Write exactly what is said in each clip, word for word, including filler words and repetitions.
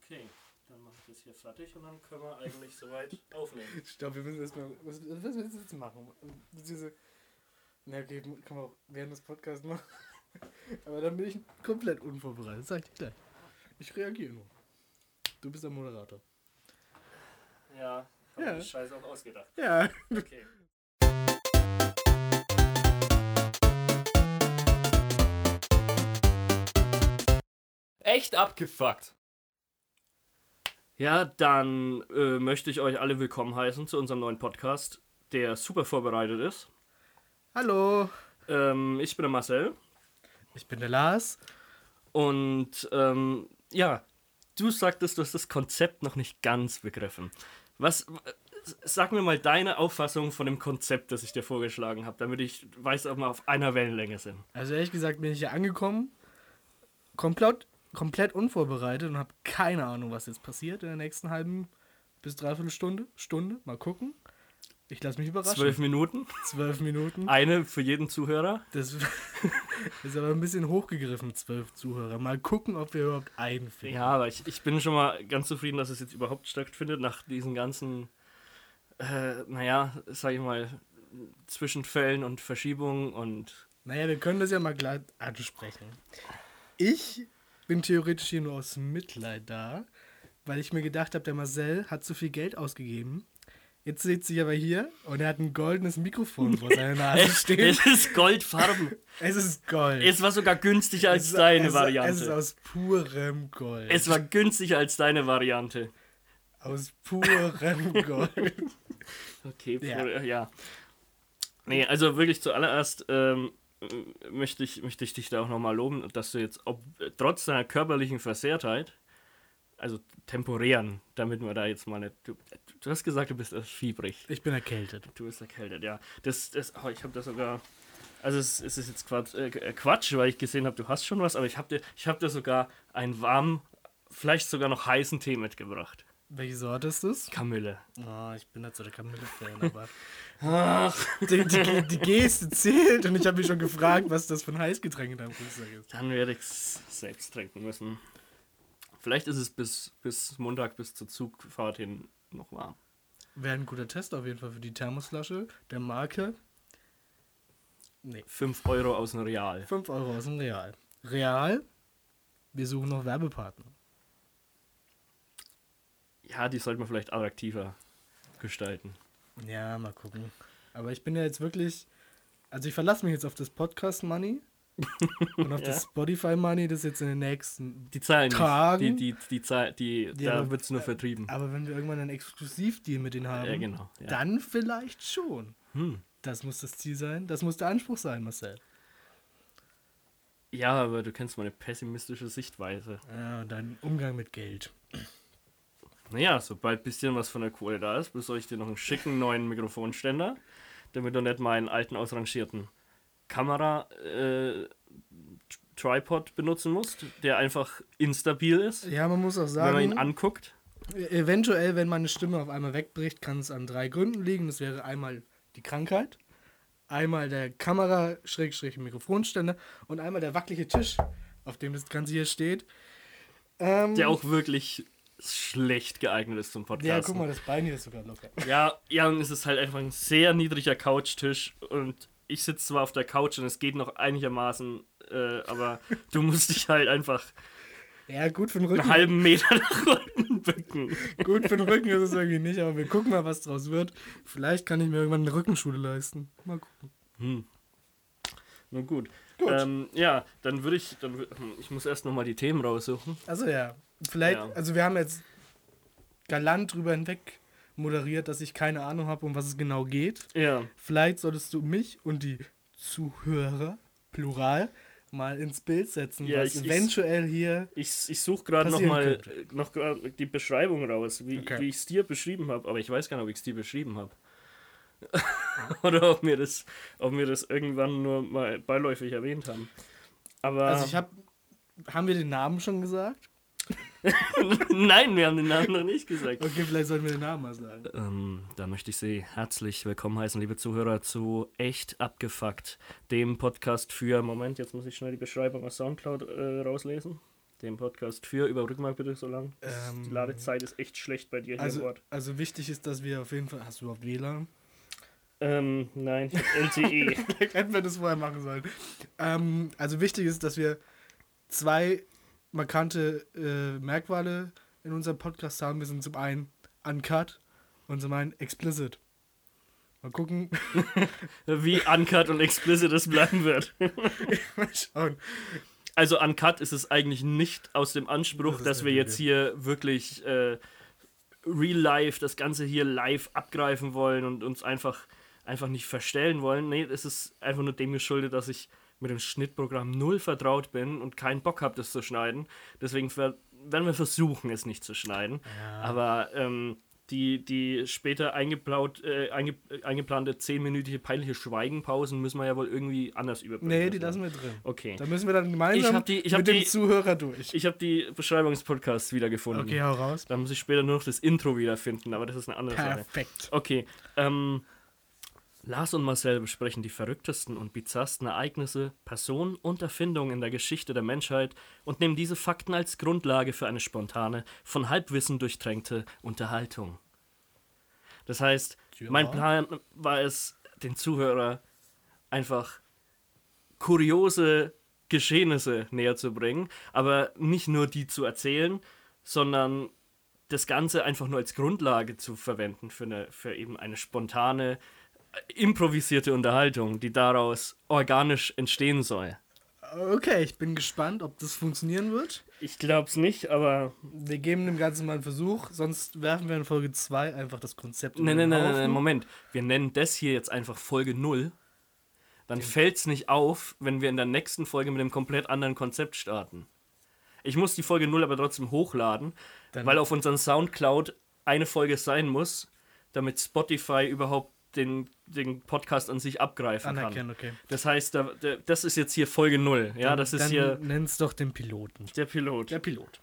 Okay, dann mache ich das hier fertig und dann können wir eigentlich soweit aufnehmen. Stopp, wir müssen erstmal. Was, was willst du jetzt machen? Diese. Na, okay, kann man auch während des Podcasts machen. Aber dann bin ich komplett unvorbereitet, sag ich dir gleich. Ich reagiere nur. Du bist der Moderator. Ja, hab ja. mir die Scheiße auch ausgedacht. Ja. Okay. Echt abgefuckt. Ja, dann äh, möchte ich euch alle willkommen heißen zu unserem neuen Podcast, der super vorbereitet ist. Hallo. Ähm, ich bin der Marcel. Ich bin der Lars. Und ähm, ja, du sagtest, du hast das Konzept noch nicht ganz begriffen. Was, sag mir mal deine Auffassung von dem Konzept, das ich dir vorgeschlagen habe, damit ich weiß, ob wir auf einer Wellenlänge sind. Also ehrlich gesagt bin ich hier angekommen, komplett, komplett unvorbereitet und habe keine Ahnung, was jetzt passiert in der nächsten halben bis dreiviertel Stunde. Stunde, mal gucken. Ich lasse mich überraschen. Zwölf Minuten. Zwölf Minuten. Eine für jeden Zuhörer. Das ist aber ein bisschen hochgegriffen, zwölf Zuhörer. Mal gucken, ob wir überhaupt einen finden. Ja, aber ich, ich bin schon mal ganz zufrieden, dass es jetzt überhaupt stattfindet, nach diesen ganzen, äh, naja, sag ich mal, Zwischenfällen und Verschiebungen und... Naja, wir können das ja mal gleich ansprechen. Ich bin theoretisch hier nur aus Mitleid da, weil ich mir gedacht habe, der Marcel hat zu viel Geld ausgegeben. Jetzt sitzt ich aber hier und er hat ein goldenes Mikrofon vor seiner Nase stehen. Es ist goldfarben. Es ist Gold. Es war sogar günstiger als es, deine es, Variante. Es ist aus purem Gold. Es war günstiger als deine Variante. Aus purem Gold. Okay, ja. ja. ja. Nee, also wirklich zuallererst ähm, möchte, ich, möchte ich dich da auch nochmal loben, dass du jetzt, ob, trotz deiner körperlichen Versehrtheit, also temporären, damit wir da jetzt mal nicht... Du, du hast gesagt, du bist fiebrig. Ich bin erkältet. Du bist erkältet, ja. Das, das, oh, ich habe da sogar... Also es, es ist jetzt Quatsch, äh, Quatsch, weil ich gesehen habe, du hast schon was, aber ich habe dir, ich hab dir sogar einen warmen, vielleicht sogar noch heißen Tee mitgebracht. Welche Sorte ist das? Kamille. Oh, ich bin nicht so der Kamille-Fan, aber... Ach. Die, die, die Geste zählt und ich habe mich schon gefragt, was das für ein Heißgetränk in deinem Rucksack ist. Dann werde ich es selbst trinken müssen. Vielleicht ist es bis, bis Montag, bis zur Zugfahrt hin noch warm. Wäre ein guter Test auf jeden Fall für die Thermosflasche der Marke. Nee. fünf Euro aus dem Real. fünf Euro aus dem Real. Real? Wir suchen noch Werbepartner. Ja, die sollte man vielleicht attraktiver gestalten. Ja, mal gucken. Aber ich bin ja jetzt wirklich... Also ich verlasse mich jetzt auf das Podcast-Money und auf ja? das Spotify-Money, das jetzt in den nächsten die Zahlen Tagen... Die, die, die, die, die, die ja, da wird es nur vertrieben. Aber wenn wir irgendwann einen Exklusivdeal mit denen haben, ja, genau, ja. dann vielleicht schon. Hm. Das muss das Ziel sein. Das muss der Anspruch sein, Marcel. Ja, aber du kennst meine pessimistische Sichtweise. Ja, und dein Umgang mit Geld. Naja, sobald ein bisschen was von der Kohle da ist, besorge ich dir noch einen schicken neuen Mikrofonständer, damit du nicht meinen alten ausrangierten Kamera-Tripod äh, benutzen musst, der einfach instabil ist. Ja, man muss auch sagen, wenn man ihn anguckt. Eventuell, wenn meine Stimme auf einmal wegbricht, kann es an drei Gründen liegen. Das wäre einmal die Krankheit, einmal der Kamera-Mikrofonständer und einmal der wackelige Tisch, auf dem das Ganze hier steht. Ähm, der auch wirklich schlecht geeignet ist zum Podcast. Ja, guck mal, das Bein hier ist sogar locker. Ja, ja, und es ist halt einfach ein sehr niedriger Couchtisch und ich sitze zwar auf der Couch und es geht noch einigermaßen, äh, aber du musst dich halt einfach ja, gut für den Rücken. einen halben Meter nach unten bücken. Gut für den Rücken ist es irgendwie nicht, aber wir gucken mal, was draus wird. Vielleicht kann ich mir irgendwann eine Rückenschule leisten. Mal gucken. Hm. Na gut. Gut. Ähm, ja, dann würde ich, dann würd, ich muss erst nochmal die Themen raussuchen. Also ja, vielleicht, ja. also wir haben jetzt galant drüber hinweg moderiert, dass ich keine Ahnung habe, um was es genau geht. Ja. Vielleicht solltest du mich und die Zuhörer, plural, mal ins Bild setzen, ja, was ich, eventuell ich, hier Ich, ich suche gerade nochmal noch die Beschreibung raus, wie, okay. wie ich es dir beschrieben habe, aber ich weiß gar nicht, ob ich es dir beschrieben habe. Oder ob wir, das, ob wir das irgendwann nur mal beiläufig erwähnt haben. Aber also ich habe, haben wir den Namen schon gesagt? Nein, wir haben den Namen noch nicht gesagt. Okay, vielleicht sollten wir den Namen mal sagen. Ähm, da möchte ich Sie herzlich willkommen heißen, liebe Zuhörer, zu Echt Abgefuckt, dem Podcast für, Moment, jetzt muss ich schnell die Beschreibung aus Soundcloud äh, rauslesen. dem Podcast für. Überbrück mal bitte so lang. Ähm, Die Ladezeit ist echt schlecht bei dir hier also, im Ort. also wichtig ist, dass wir auf jeden Fall... Hast du überhaupt W L A N? Ähm, nein, ich hab L T E. Vielleicht hätten wir das vorher machen sollen. Ähm, also wichtig ist, dass wir zwei markante äh, Merkmale in unserem Podcast haben. Wir sind zum einen uncut und zum einen explicit. Mal gucken. Wie uncut und explicit es bleiben wird. Mal schauen. Also uncut ist es eigentlich nicht aus dem Anspruch, Das ist dass wir eine jetzt hier wirklich äh, real life, das Ganze hier live abgreifen wollen und uns einfach, einfach nicht verstellen wollen. Nee, es ist einfach nur dem geschuldet, dass ich mit dem Schnittprogramm null vertraut bin und keinen Bock habe, das zu schneiden. Deswegen ver- werden wir versuchen, es nicht zu schneiden. Ja. Aber ähm, die, die später eingeplaut, äh, einge, eingeplante zehnminütige peinliche Schweigenpausen müssen wir ja wohl irgendwie anders überbringen. Nee, die lassen wir drin. Okay. Da müssen wir dann gemeinsam Ich hab die- ich hab mit dem die- Zuhörer durch. Ich habe die Beschreibung des Podcasts wiedergefunden. Okay, hau raus. Da muss ich später nur noch das Intro wiederfinden, aber das ist eine andere Sache. Perfekt. Okay, ähm, Lars und Marcel besprechen die verrücktesten und bizarrsten Ereignisse, Personen und Erfindungen in der Geschichte der Menschheit und nehmen diese Fakten als Grundlage für eine spontane, von Halbwissen durchtränkte Unterhaltung. Das heißt, Ja. mein Plan war es, den Zuhörer einfach kuriose Geschehnisse näher zu bringen, aber nicht nur die zu erzählen, sondern das Ganze einfach nur als Grundlage zu verwenden für, eine, für eben eine spontane, improvisierte Unterhaltung, die daraus organisch entstehen soll. Okay, ich bin gespannt, ob das funktionieren wird. Ich glaub's nicht, aber... Wir geben dem Ganzen mal einen Versuch, sonst werfen wir in Folge zwei einfach das Konzept Nein, über nein, den nein, nein, Haufen. Moment. Wir nennen das hier jetzt einfach Folge null. Dann fällt's nicht auf, wenn wir in der nächsten Folge mit einem komplett anderen Konzept starten. Ich muss die Folge null aber trotzdem hochladen, Dann- weil auf unseren Soundcloud eine Folge sein muss, damit Spotify überhaupt den, den Podcast an sich abgreifen kann. Anerkennen, okay. Das heißt, da, da, das ist jetzt hier Folge null. Ja, das ist dann hier nenn's doch den Piloten. der Pilot. Der Pilot.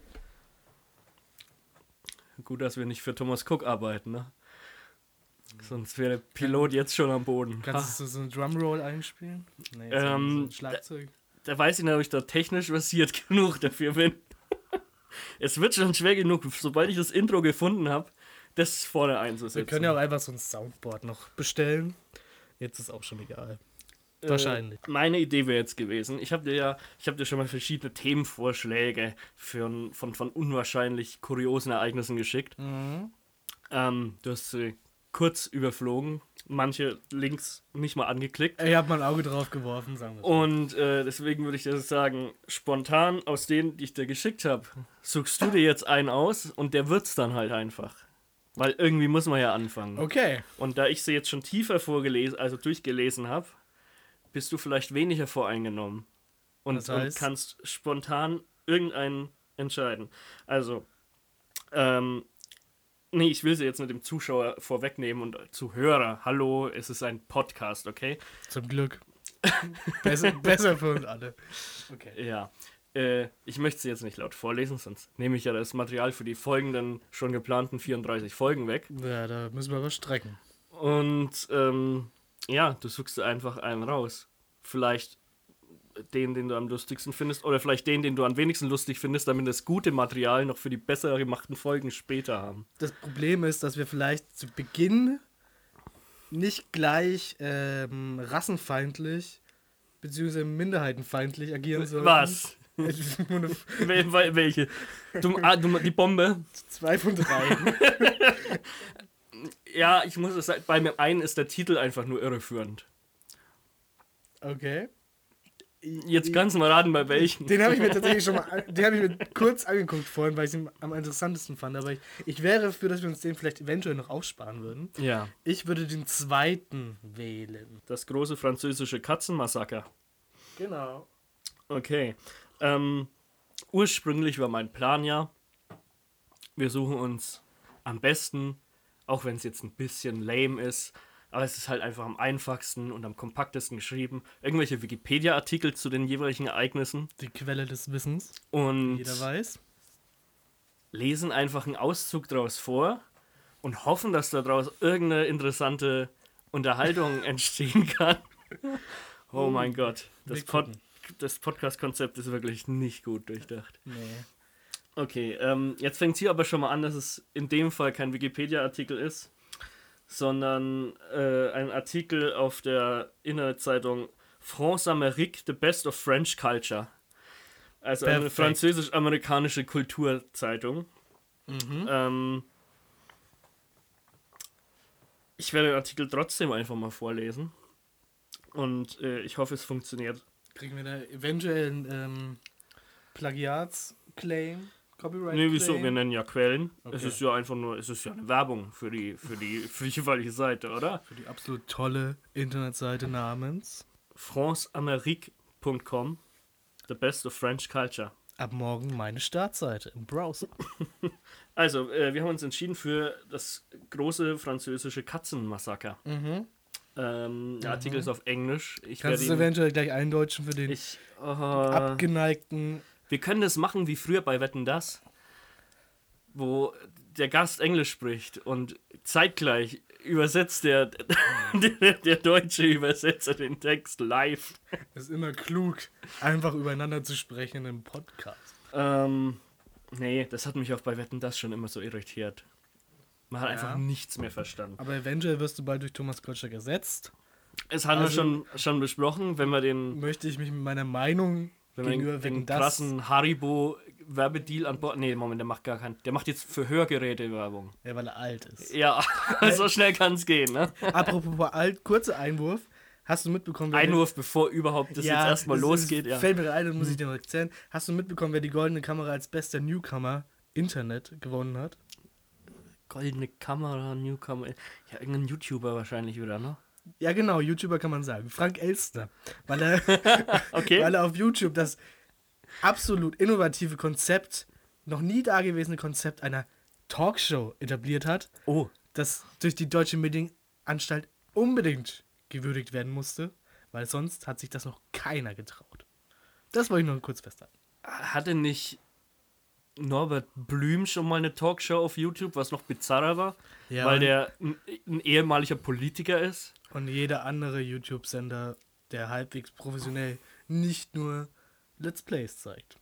Gut, dass wir nicht für Thomas Cook arbeiten, ne? Sonst wäre der Pilot jetzt schon am Boden. Kannst du so einen Drumroll einspielen? Nee, Ähm, so ein Schlagzeug. Da weiß ich nicht, ob ich da technisch versiert genug dafür bin. Es wird schon schwer genug, sobald ich das Intro gefunden habe, das vorne einzusetzen. Wir können ja auch einfach so ein Soundboard noch bestellen. Jetzt ist auch schon egal. Äh, Wahrscheinlich. Meine Idee wäre jetzt gewesen, ich habe dir ja, ich habe dir schon mal verschiedene Themenvorschläge für, von, von unwahrscheinlich kuriosen Ereignissen geschickt. Mhm. Ähm, du hast sie kurz überflogen, manche Links nicht mal angeklickt. Ich habe mal ein Auge drauf geworfen, sagen wir so. Und äh, deswegen würde ich dir sagen, spontan aus denen, die ich dir geschickt habe, suchst du dir jetzt einen aus und der wird's dann halt einfach. Weil irgendwie muss man ja anfangen. Okay. Und da ich sie jetzt schon tiefer vorgelesen, also durchgelesen habe, bist du vielleicht weniger voreingenommen. Und, Das heißt? und kannst spontan irgendeinen entscheiden. Also, ähm, nee, ich will sie jetzt nicht dem Zuschauer vorwegnehmen und Zuhörer. Hallo, es ist ein Podcast, okay? Zum Glück. besser, besser für uns alle. Okay. Ja. Äh, ich möchte sie jetzt nicht laut vorlesen, sonst nehme ich ja das Material für die folgenden, schon geplanten vierunddreißig Folgen weg. Ja, da müssen wir was strecken. Und ähm, ja, du suchst dir einfach einen raus. Vielleicht den, den du am lustigsten findest, oder vielleicht den, den du am wenigsten lustig findest, damit das gute Material noch für die besser gemachten Folgen später haben. Das Problem ist, dass wir vielleicht zu Beginn nicht gleich ähm, rassenfeindlich bzw. minderheitenfeindlich agieren sollten. Was? Nur eine Wel wel welche? Du, ah, du, die Bombe? zwei von drei. Ja, ich muss es sagen, bei mir einen ist der Titel einfach nur irreführend. Okay. Jetzt kannst du mal raten, bei welchen. Den habe ich mir tatsächlich schon mal, den habe ich mir kurz angeguckt vorhin, weil ich ihn am interessantesten fand. Aber ich, ich wäre dafür, dass wir uns den vielleicht eventuell noch aufsparen würden. Ja, Ich würde den zweiten wählen. das große französische Katzenmassaker. Genau. Okay. Ähm, ursprünglich war mein Plan ja, wir suchen uns am besten, auch wenn es jetzt ein bisschen lame ist, aber es ist halt einfach am einfachsten und am kompaktesten geschrieben, irgendwelche Wikipedia-Artikel zu den jeweiligen Ereignissen Die Quelle des Wissens, und jeder weiß. lesen einfach einen Auszug daraus vor und hoffen, dass daraus irgendeine interessante Unterhaltung entstehen kann. Oh mein Gott. Das Wir Pod gucken. das Podcast-Konzept ist wirklich nicht gut durchdacht. Nee. Okay, ähm, jetzt fängt es hier aber schon mal an, dass es in dem Fall kein Wikipedia-Artikel ist, sondern äh, ein Artikel auf der Internetzeitung France Amérique, The Best of French Culture. Also eine Perfekt. französisch-amerikanische Kulturzeitung. Mhm. Ähm, ich werde den Artikel trotzdem einfach mal vorlesen. Und äh, ich hoffe, es funktioniert. Kriegen wir da eventuell einen ähm, Plagiatsclaim? Copyright Nee, wieso? Claim? Wir nennen ja Quellen. Okay. Es ist ja einfach nur, es ist ja eine Werbung für die, für die, für die jeweilige Seite, oder? Für die absolut tolle Internetseite namens france amérique punkt com, The Best of French Culture. ab morgen meine Startseite im Browser. Also, äh, wir haben uns entschieden für das große französische Katzenmassaker. Mhm. Ähm, der Artikel ist auf Englisch. Ich Kannst du es werde ihn- eventuell gleich eindeutschen für den ich, oh, abgeneigten... wir können das machen wie früher bei Wetten, dass, wo der Gast Englisch spricht und zeitgleich übersetzt der, der, der deutsche Übersetzer den Text live. Es ist immer klug, einfach übereinander zu sprechen in einem Podcast. Ähm, nee, das hat mich auch bei Wetten, dass schon immer so irritiert. Man hat Ja. einfach nichts mehr verstanden. Aber eventuell wirst du bald durch Thomas Gottschalk ersetzt. Es haben Also- wir schon, schon besprochen, wenn wir den, Möchte ich mich mit meiner Meinung wenn wir gegenüber den, Wetten, den dass... krassen Haribo-Werbedeal an Bord. Nee, Moment, der macht gar keinen. Der macht jetzt für Hörgeräte Werbung. Ja, weil er alt ist. Ja, so schnell kann es gehen, ne? Apropos alt, kurzer Einwurf. Hast du mitbekommen, wer... Einwurf, bevor überhaupt das jetzt erstmal es- losgeht. es Ja. Fällt mir ein, und muss ich dir noch erzählen. Hast du mitbekommen, wer die goldene Kamera als bester Newcomer Internet gewonnen hat? Goldene Kamera, Newcomer. Ja, irgendein YouTuber wahrscheinlich wieder, ne? Ja, genau, YouTuber kann man sagen. Frank Elstner. Weil er, Okay. weil er auf YouTube das absolut innovative Konzept, noch nie dagewesene Konzept einer Talkshow etabliert hat, Oh, das durch die Deutsche Medienanstalt unbedingt gewürdigt werden musste, weil sonst hat sich das noch keiner getraut. Das wollte ich noch kurz festhalten. hatte nicht Norbert Blüm schon mal eine Talkshow auf YouTube, was noch bizarrer war? Ja, weil und- der ein, ein ehemaliger Politiker ist? Und jeder andere YouTube-Sender, der halbwegs professionell nicht nur Let's Plays zeigt.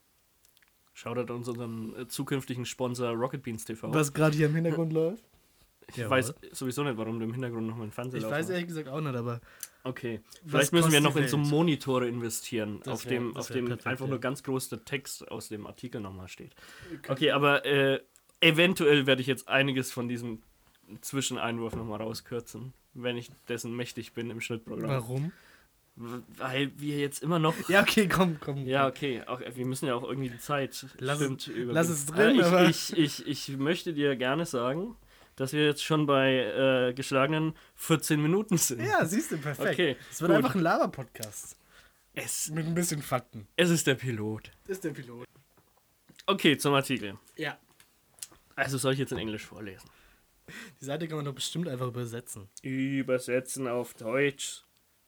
Schaut uns unseren äh, zukünftigen Sponsor Rocket Beans T V. Was gerade hier im Hintergrund läuft? Ich Jawohl. weiß sowieso nicht, warum du im Hintergrund noch mal einen Fernseher Ich laufen weiß hast. ehrlich gesagt auch nicht, aber Okay, Was vielleicht müssen wir kostet noch die in so Welt? Monitore investieren, Das auf wär- dem, das auf wär dem perfekt, einfach ja. nur ganz groß der Text aus dem Artikel nochmal steht. Okay, aber äh, eventuell werde ich jetzt einiges von diesem Zwischeneinwurf nochmal rauskürzen, wenn ich dessen mächtig bin im Schnittprogramm. warum? W- Weil wir jetzt immer noch... Ja, okay, komm, komm. Ja, okay, auch, wir müssen ja auch irgendwie die Zeit Lass stimmt, es- überbrücken. lass es drin, Äh, aber- ich, ich, ich, ich möchte dir gerne sagen, dass wir jetzt schon bei äh, geschlagenen vierzehn Minuten sind. Ja, siehst du, perfekt. Okay, Es wird gut. einfach ein Laber-Podcast. Es, Mit ein bisschen Fakten. es ist der Pilot. Das ist der Pilot. Okay, zum Artikel. Ja. Also soll ich jetzt in Englisch vorlesen? Die Seite kann man doch bestimmt einfach übersetzen. Übersetzen auf Deutsch.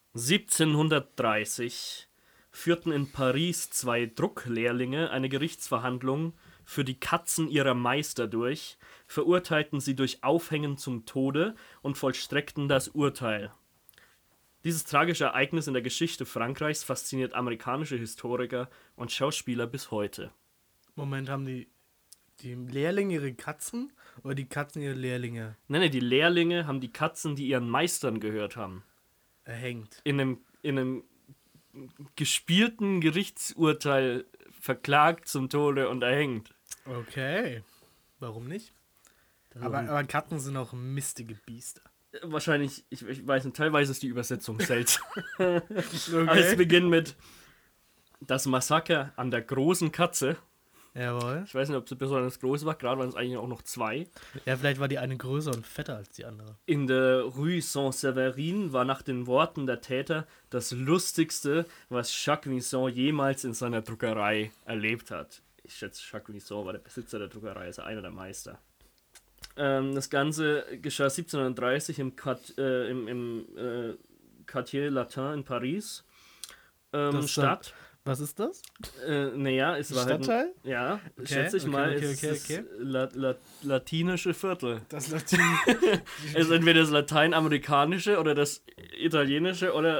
siebzehnhundertdreißig führten in Paris zwei Drucklehrlinge eine Gerichtsverhandlung für die Katzen ihrer Meister durch, verurteilten sie durch Aufhängen zum Tode und vollstreckten das Urteil. Dieses tragische Ereignis in der Geschichte Frankreichs fasziniert amerikanische Historiker und Schauspieler bis heute. Moment, haben die, die Lehrlinge ihre Katzen oder die Katzen ihre Lehrlinge Nenne, die Lehrlinge haben die Katzen, die ihren Meistern gehört haben, erhängt? in einem, in einem gespielten Gerichtsurteil verklagt zum Tode und erhängt. Okay. Warum nicht? Aber, aber Katzen sind auch mistige Biester. Wahrscheinlich, ich, ich weiß nicht, teilweise ist die Übersetzung seltsam. Aber es Okay. beginnt mit das Massaker an der großen Katze. Jawohl. Ich weiß nicht, ob sie besonders groß war, gerade waren es eigentlich auch noch zwei. Ja, vielleicht war die eine größer und fetter als die andere. In der Rue Saint-Severin war nach den Worten der Täter das Lustigste, was Jacques Vincent jemals in seiner Druckerei erlebt hat. Ich schätze, Jacques Vincent war der Besitzer der Druckerei, also einer der Meister. Ähm, das Ganze geschah siebzehnhundertdreißig im, Quart äh, im, im äh, Quartier Latin in Paris. Ähm, Das ist Stadt. Was ist das? Äh, naja, es war halt Stadtteil? ein, ja, Okay, schätze ich okay, mal, okay, es okay, ist okay. das La La latinische Viertel. Das Latin. Es ist entweder das lateinamerikanische oder das italienische oder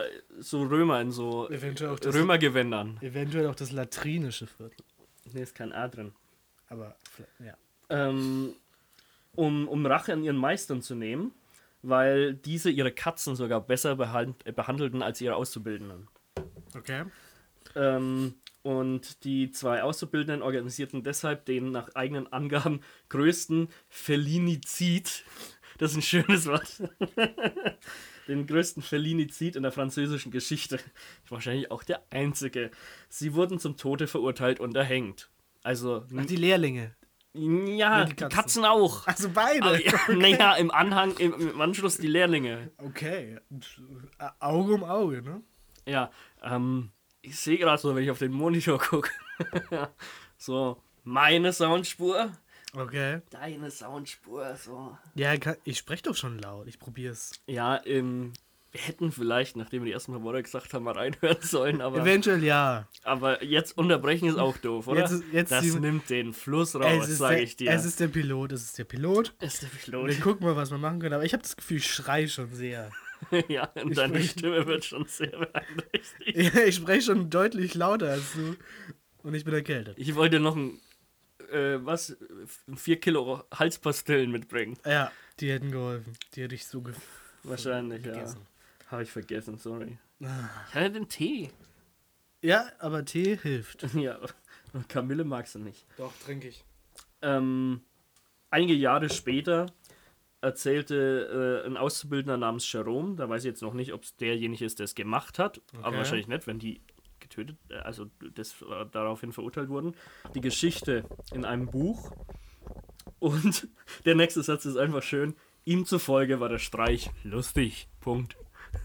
so Römer in so Eventuell auch das, Römergewändern. eventuell auch das latrinische Viertel. Ne, ist kein A drin. Aber, ja. Ähm, um, um Rache an ihren Meistern zu nehmen, weil diese ihre Katzen sogar besser behand, behandelten als ihre Auszubildenden. Okay. Ähm, und die zwei Auszubildenden organisierten deshalb den nach eigenen Angaben größten Felinizid. Das ist ein schönes Wort. Den größten Felinizid in der französischen Geschichte. Wahrscheinlich auch der einzige. Sie wurden zum Tode verurteilt und erhängt. Also. Ach, die Lehrlinge. Ja, die die Katzen. Katzen auch. Also beide. Aber, ja, naja, im Anhang, im, im Anschluss die Lehrlinge. Okay. Auge um Auge, ne? Ja, ähm, ich sehe gerade so, wenn ich auf den Monitor gucke. So, meine Soundspur. Okay. Deine Soundspur, so. Ja, ich spreche doch schon laut. Ich probier's. Ja, ähm, wir hätten vielleicht, nachdem wir die ersten paar Worte gesagt haben, mal reinhören sollen, aber. Eventuell ja. Aber jetzt unterbrechen ist auch doof, oder? Jetzt ist- jetzt das die- nimmt den Fluss Es raus, ist, sage der, ich dir. es ist der Pilot, es ist der Pilot. Es ist der Wir Pilot. gucken mal, was wir machen können. Aber ich habe das Gefühl, ich schrei schon sehr. Ja, und Ich deine sprech- Stimme wird schon sehr beeinträchtigt. Ja, ich spreche schon deutlich lauter als du. Und ich bin erkältet. Ich wollte noch ein, äh, was, vier Kilo Halspastillen mitbringen. Ja, die hätten geholfen. Die hätte ich so ge Wahrscheinlich, gegessen. ja. Habe ich vergessen, sorry. Ah. Ich hatte den Tee. Ja, aber Tee hilft. Ja, Kamille magst du nicht. Doch, trinke ich. Ähm, einige Jahre später erzählte äh, ein Auszubildender namens Jerome, da weiß ich jetzt noch nicht, ob es derjenige ist, der es gemacht hat, aber Okay. wahrscheinlich nicht, wenn die getötet, äh, also das, äh, daraufhin verurteilt wurden, die Geschichte in einem Buch. Und der nächste Satz ist einfach schön. Ihm zufolge war der Streich lustig. Punkt.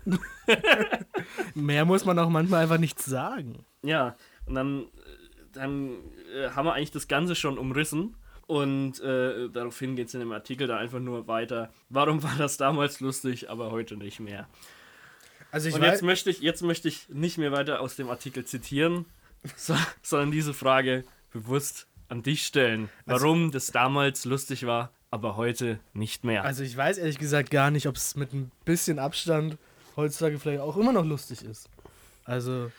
Mehr muss man auch manchmal einfach nicht sagen. Ja, und dann, äh, dann äh, haben wir eigentlich das Ganze schon umrissen. Und äh, daraufhin geht es in dem Artikel da einfach nur weiter. Warum war das damals lustig, aber heute nicht mehr? Also ich Und weiß, jetzt möchte ich, jetzt möchte ich nicht mehr weiter aus dem Artikel zitieren, so, sondern diese Frage bewusst an dich stellen. Warum das damals lustig war, aber heute nicht mehr. also ich weiß ehrlich gesagt gar nicht, ob es mit ein bisschen Abstand heutzutage vielleicht auch immer noch lustig ist. Also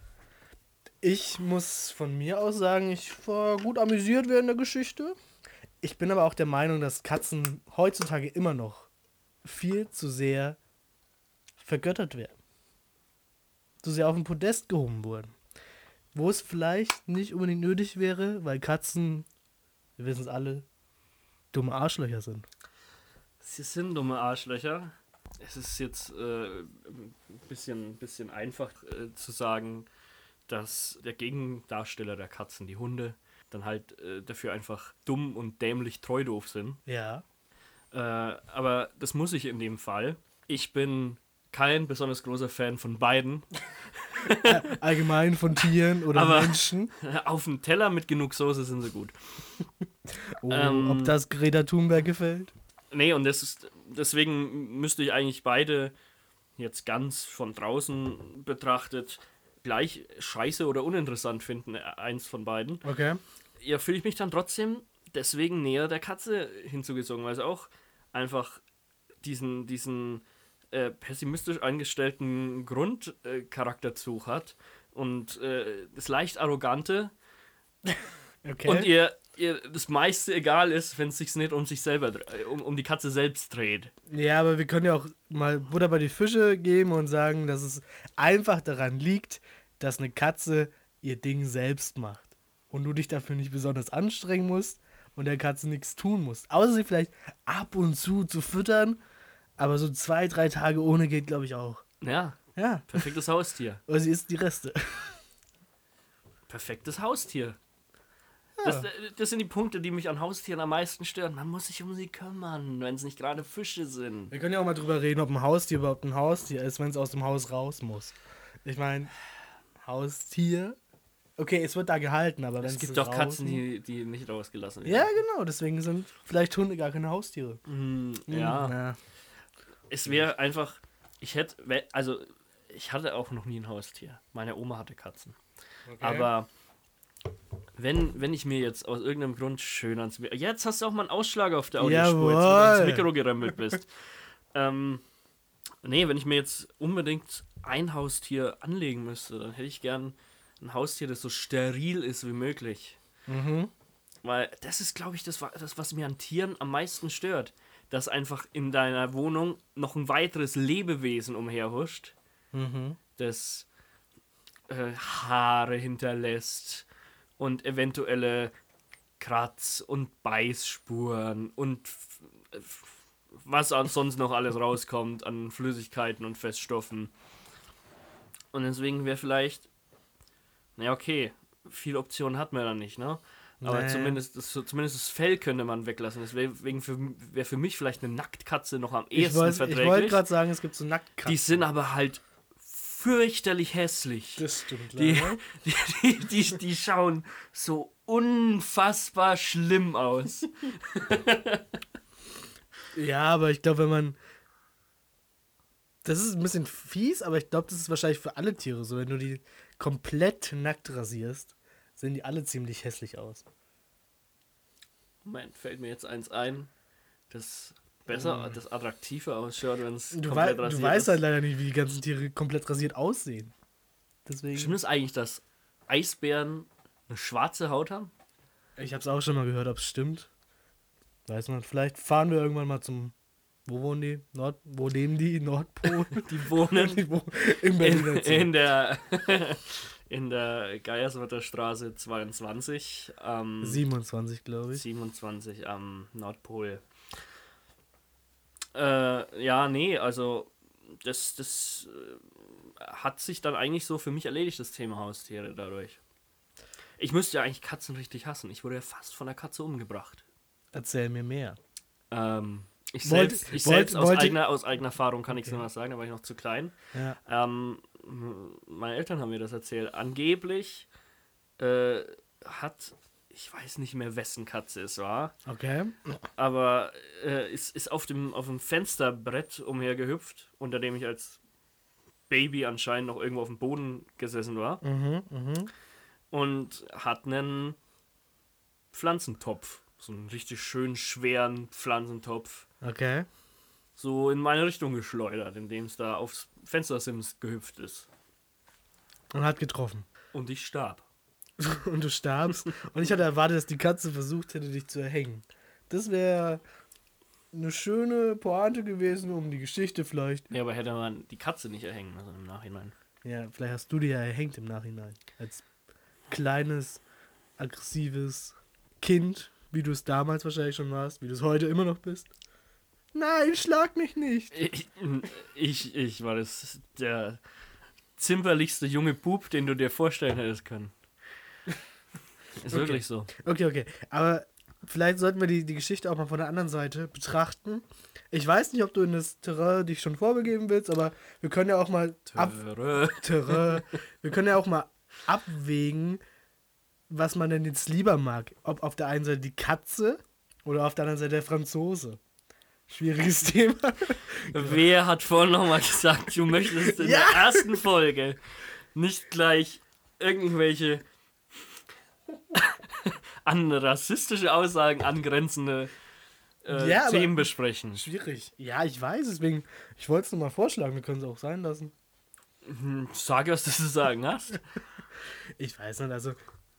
ich muss von mir aus sagen, ich war gut amüsiert während der Geschichte. Ich bin aber auch der Meinung, dass Katzen heutzutage immer noch viel zu sehr vergöttert werden. Zu sehr auf den Podest gehoben wurden. Wo es vielleicht nicht unbedingt nötig wäre, weil Katzen, wir wissen es alle, dumme Arschlöcher sind. Sie sind dumme Arschlöcher. Es ist jetzt äh, ein bisschen, bisschen einfach äh, zu sagen, dass der Gegendarsteller der Katzen, die Hunde, dann halt äh, dafür einfach dumm und dämlich treu doof sind. Ja. Äh, aber das muss ich in dem Fall. Ich bin kein besonders großer Fan von beiden. Allgemein von Tieren oder Aber- Menschen. Auf dem Teller mit genug Soße sind sie gut. Oh, Ähm, ob das Greta Thunberg gefällt? Nee, und das ist, deswegen müsste ich eigentlich beide jetzt ganz von draußen betrachtet gleich scheiße oder uninteressant finden, eins von beiden. Okay. Ja, fühle ich mich dann trotzdem deswegen näher der Katze hinzugezogen, weil sie auch einfach diesen, diesen äh, pessimistisch eingestellten Grundcharakterzug äh, hat und äh, das leicht Arrogante Okay. und ihr, ihr das meiste egal ist, wenn es sich nicht um sich selber, dre- um, um die Katze selbst dreht. Ja, aber wir können ja auch mal Butter bei die Fische geben und sagen, dass es einfach daran liegt, dass eine Katze ihr Ding selbst macht. Und du dich dafür nicht besonders anstrengen musst und der Katze nichts tun musst. Außer sie vielleicht ab und zu zu füttern, aber so zwei, drei Tage ohne geht, glaube ich, auch. Ja, Ja. perfektes Haustier. Oder sie isst die Reste. Perfektes Haustier. Ja. Das, das sind die Punkte, die mich an Haustieren am meisten stören. Man muss sich um sie kümmern, wenn es nicht gerade Fische sind. Wir können ja auch mal drüber reden, ob ein Haustier überhaupt ein Haustier ist, wenn es aus dem Haus raus muss. Ich meine, Haustier. Okay, es wird da gehalten, aber wenn Es es gibt doch draußen- Katzen, die, die nicht rausgelassen werden. Ja, genau, deswegen sind vielleicht Hunde gar keine Haustiere. Mm, ja. ja. Es wäre einfach, ich hätte, we- also ich hatte auch noch nie ein Haustier. Meine Oma hatte Katzen. Okay. Aber wenn, wenn ich mir jetzt aus irgendeinem Grund schön ans Mikro... Jetzt hast du auch mal einen Ausschlag auf der Audiospur, jetzt, wo du ans Jawohl. Mikro gerempelt bist. ähm, nee, wenn ich mir jetzt unbedingt ein Haustier anlegen müsste, dann hätte ich gern ein Haustier, das so steril ist wie möglich. Mhm. Weil das ist, glaube ich, das, wa- das, was mir an Tieren am meisten stört. Dass einfach in deiner Wohnung noch ein weiteres Lebewesen umherhuscht, Mhm. das äh, Haare hinterlässt und eventuelle Kratz- und Beißspuren und f- f- was sonst noch alles rauskommt an Flüssigkeiten und Feststoffen. Und deswegen wäre vielleicht, naja, okay, viele Optionen hat man da nicht, ne? Aber Nee. zumindest, das, zumindest das Fell könnte man weglassen. Das wäre für, wär für mich vielleicht eine Nacktkatze noch am Ich ehesten wollte verträglich. wollt gerade sagen, es gibt so Nacktkatzen. Die sind aber halt fürchterlich hässlich. Das stimmt Die, leider. die, die, die, die schauen so unfassbar schlimm aus. Ja, aber ich glaube, wenn man... Das ist ein bisschen fies, aber ich glaube, das ist wahrscheinlich für alle Tiere so. Wenn du die komplett nackt rasierst, sehen die alle ziemlich hässlich aus. Moment, fällt mir jetzt eins ein, das besser, das attraktiver ausschaut, wenn es Du, komplett wei rasiert du weißt ist. halt leider nicht, wie die ganzen Tiere komplett rasiert aussehen. Deswegen... Stimmt es eigentlich, dass Eisbären eine schwarze Haut haben? Ich habe es auch schon mal gehört, ob es stimmt. Weiß man, vielleicht fahren wir irgendwann mal zum... Wo wohnen die? Nord... Wo leben die? Nordpol? Die wohnen Die wohnen in Berlin. in, in der in der Geierswerter Straße zweiundzwanzig am siebenundzwanzig, glaube ich. siebenundzwanzig am Nordpol. Äh, ja, nee, also das, das äh, hat sich dann eigentlich so für mich erledigt, das Thema Haustiere dadurch. Ich müsste ja eigentlich Katzen richtig hassen. Ich wurde ja fast von der Katze umgebracht. Erzähl mir mehr. Ähm, ich Wollt- selbst, ich wollt- selbst aus, wollte- eigener, aus eigener Erfahrung kann ich Okay. nur was sagen, da war ich noch zu klein. Ja. Ähm, meine Eltern haben mir das erzählt. Angeblich äh, hat, ich weiß nicht mehr, wessen Katze es war, Okay. aber äh, ist, ist auf dem, auf dem Fensterbrett umhergehüpft, unter dem ich als Baby anscheinend noch irgendwo auf dem Boden gesessen war, Mhm, mhm. und hat einen Pflanzentopf, so einen richtig schön schweren Pflanzentopf, Okay. so in meine Richtung geschleudert, indem es da aufs Fenstersims gehüpft ist. Und hat getroffen. Und ich starb. Und du starbst. Und ich hatte erwartet, dass die Katze versucht hätte, dich zu erhängen. Das wäre eine schöne Pointe gewesen, um die Geschichte vielleicht. Ja, aber hätte man die Katze nicht erhängen, also im Nachhinein. Ja, vielleicht hast du die ja erhängt im Nachhinein. Als kleines, aggressives Kind, wie du es damals wahrscheinlich schon warst, wie du es heute immer noch bist. Nein, schlag mich nicht. Ich, ich, ich war das der zimperlichste junge Bub, den du dir vorstellen hättest können. Ist Okay. wirklich so. Okay, okay. Aber vielleicht sollten wir die, die Geschichte auch mal von der anderen Seite betrachten. Ich weiß nicht, ob du in das Terrain dich schon vorbegeben willst, aber wir können ja auch mal ab Törö. Terrain. Wir können ja auch mal abwägen, was man denn jetzt lieber mag. Ob auf der einen Seite die Katze oder auf der anderen Seite der Franzose. Schwieriges Thema. Wer hat vorhin nochmal gesagt, du möchtest in Ja. der ersten Folge nicht gleich irgendwelche an rassistische Aussagen angrenzende äh, Ja, aber- Themen besprechen? Schwierig. Ja, ich weiß, deswegen, ich wollte es nur mal vorschlagen, wir können es auch sein lassen. Hm, Sag, was du zu sagen hast. Ich weiß nicht, also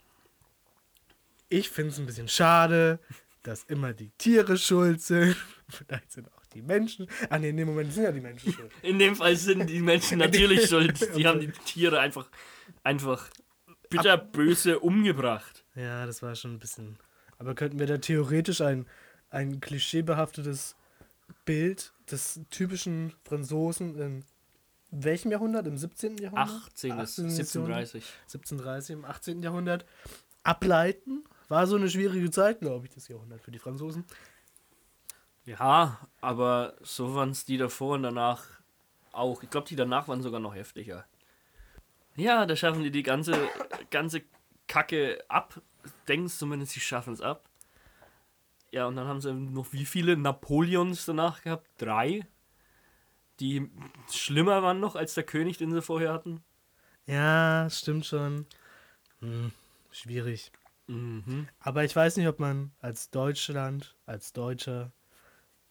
ich finde es ein bisschen schade, dass immer die Tiere schuld sind. Vielleicht sind auch die Menschen. Ah ne, in dem Moment sind ja die Menschen schuld. In dem Fall sind die Menschen natürlich schuld. Die Okay. haben die Tiere einfach, einfach bitterböse umgebracht. Ja, das war schon ein bisschen. Aber könnten wir da theoretisch ein, ein klischeebehaftetes Bild des typischen Franzosen in welchem Jahrhundert? Im siebzehnten Jahrhundert? achtzehn bis achtzehn siebzehnhundertdreißig. siebzehnhundertdreißig, im achtzehnten Jahrhundert ableiten? War so eine schwierige Zeit, glaube ich, das Jahrhundert für die Franzosen. Ja, aber so waren es die davor und danach auch. Ich glaube, die danach waren sogar noch heftiger. Ja, da schaffen die die ganze, ganze Kacke ab. Denken zumindest, sie schaffen es ab. Ja, und dann haben sie noch wie viele Napoleons danach gehabt? Drei. Die schlimmer waren noch als der König, den sie vorher hatten. Ja, stimmt schon. Hm, schwierig. Mhm. Aber ich weiß nicht, ob man als Deutschland, als Deutscher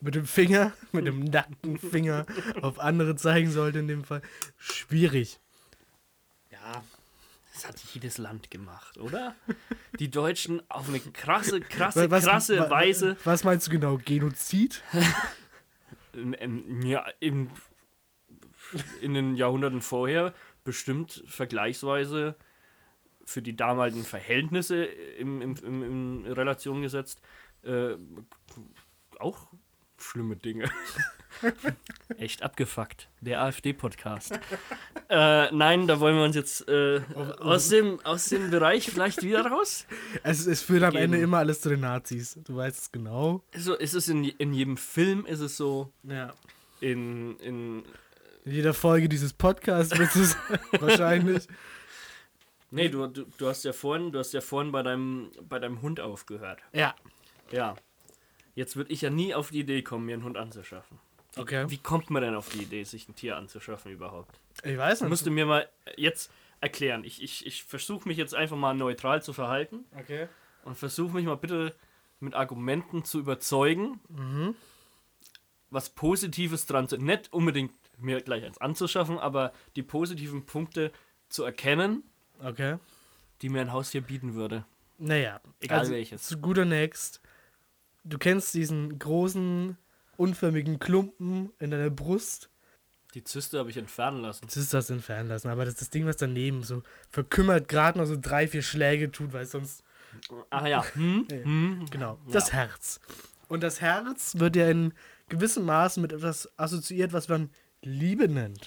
mit dem Finger, mit dem nackten Finger auf andere zeigen sollte in dem Fall. Schwierig. Ja, das hat jedes Land gemacht, oder? Die Deutschen auf eine krasse, krasse, Was- krasse wa- Weise. Was meinst du genau? Genozid? In, in, ja, in, in den Jahrhunderten vorher bestimmt vergleichsweise für die damaligen Verhältnisse im, im, im, in Relation gesetzt äh, auch schlimme Dinge. Echt abgefuckt. Der AfD-Podcast. äh, nein, da wollen wir uns jetzt äh, aus, dem, aus dem Bereich vielleicht wieder raus. Es, es führt am Geben. Ende immer alles zu den Nazis. Du weißt es genau. So ist es in, in jedem Film, ist es so. Ja. In, in In jeder Folge dieses Podcasts wird es wahrscheinlich. nee, du, du, du hast ja vorhin, du hast ja vorhin bei deinem, bei deinem Hund aufgehört. Ja. Ja. Jetzt würde ich ja nie auf die Idee kommen, mir einen Hund anzuschaffen. Okay. Wie kommt man denn auf die Idee, sich ein Tier anzuschaffen überhaupt? Ich weiß Das nicht. musst du mir mal jetzt erklären. Ich, ich, ich versuche mich jetzt einfach mal neutral zu verhalten Okay. und versuche mich mal bitte mit Argumenten zu überzeugen, Mhm. was Positives dran zu... Nicht unbedingt mir gleich eins anzuschaffen, aber die positiven Punkte zu erkennen, Okay. die mir ein Haustier bieten würde. Naja. Egal also, welches. Zu guter Next. Du kennst diesen großen, unförmigen Klumpen in deiner Brust. Die Zyste habe ich entfernen lassen. Jetzt ist das entfernen lassen, aber das ist das Ding, was daneben so verkümmert gerade noch so drei, vier Schläge tut, weil sonst. Ach ja. Hm? Ja. Hm? Genau. Ja. Das Herz. Und das Herz wird ja in gewissem Maße mit etwas assoziiert, was man Liebe nennt.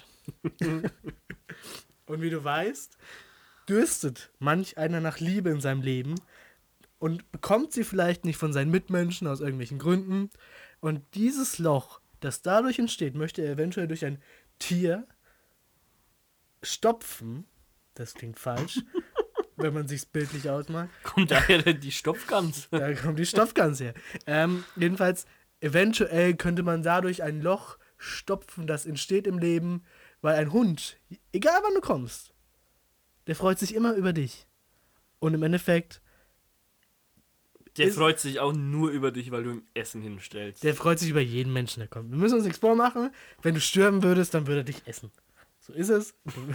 Und wie du weißt, dürstet manch einer nach Liebe in seinem Leben und bekommt sie vielleicht nicht von seinen Mitmenschen aus irgendwelchen Gründen. Und dieses Loch, das dadurch entsteht, möchte er eventuell durch ein Tier stopfen. Das klingt falsch, wenn man sich's bildlich ausmalt. Kommt daher denn die Stopfgans? Da kommt die Stoffgans her. Ähm, jedenfalls, eventuell könnte man dadurch ein Loch stopfen, das entsteht im Leben, weil ein Hund, egal wann du kommst, der freut sich immer über dich. Und im Endeffekt, Der Ist- freut sich auch nur über dich, weil du ihm Essen hinstellst. der freut sich über jeden Menschen, der kommt. Wir müssen uns nichts vormachen. Wenn du sterben würdest, dann würde er dich essen. So ist es.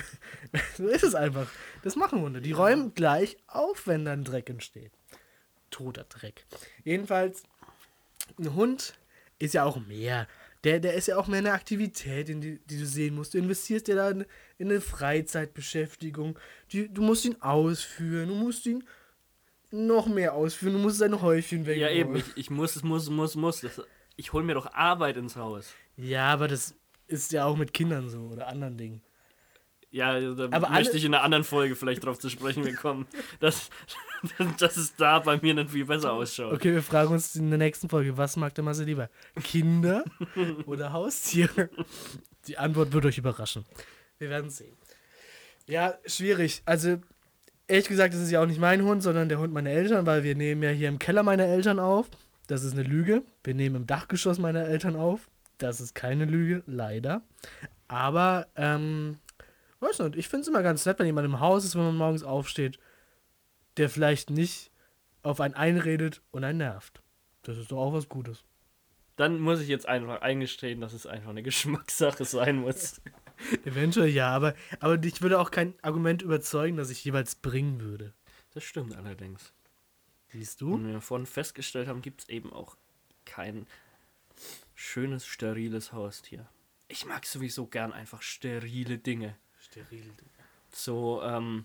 So ist es einfach. Das machen Hunde. Die räumen gleich auf, wenn dann Dreck entsteht. Toter Dreck. Jedenfalls, ein Hund ist ja auch mehr. Der, der ist ja auch mehr eine Aktivität, in die, die du sehen musst. Du investierst ja dann in eine Freizeitbeschäftigung. Die, du musst ihn ausführen. Du musst ihn noch mehr ausführen. Du musst sein Häufchen weg. Ja, eben. Ich, ich muss, es muss, muss, muss. Das, ich hole mir doch Arbeit ins Haus. Ja, aber das ist ja auch mit Kindern so oder anderen Dingen. Ja, da Aber möchte alle- ich in einer anderen Folge vielleicht drauf zu sprechen bekommen, dass, dass es da bei mir dann viel besser ausschaut. Okay, wir fragen uns in der nächsten Folge, was mag der Marcel lieber? Kinder oder Haustiere? Die Antwort wird euch überraschen. Wir werden sehen. Ja, schwierig. Also, ehrlich gesagt, das ist ja auch nicht mein Hund, sondern der Hund meiner Eltern, weil wir nehmen ja hier im Keller meiner Eltern auf. Das ist eine Lüge. Wir nehmen im Dachgeschoss meiner Eltern auf. Das ist keine Lüge, leider. Aber, ähm, weiß nicht, ich finde es immer ganz nett, wenn jemand im Haus ist, wenn man morgens aufsteht, der vielleicht nicht auf einen einredet und einen nervt. Das ist doch auch was Gutes. Dann muss ich jetzt einfach eingestehen, dass es einfach eine Geschmackssache sein muss. Eventuell ja, aber, aber dich würde auch kein Argument überzeugen, das ich jeweils bringen würde. Das stimmt allerdings. Siehst du? Und wie wir vorhin festgestellt haben, gibt es eben auch kein schönes, steriles Haustier. Ich mag sowieso gern einfach sterile Dinge. Steril. So, ähm,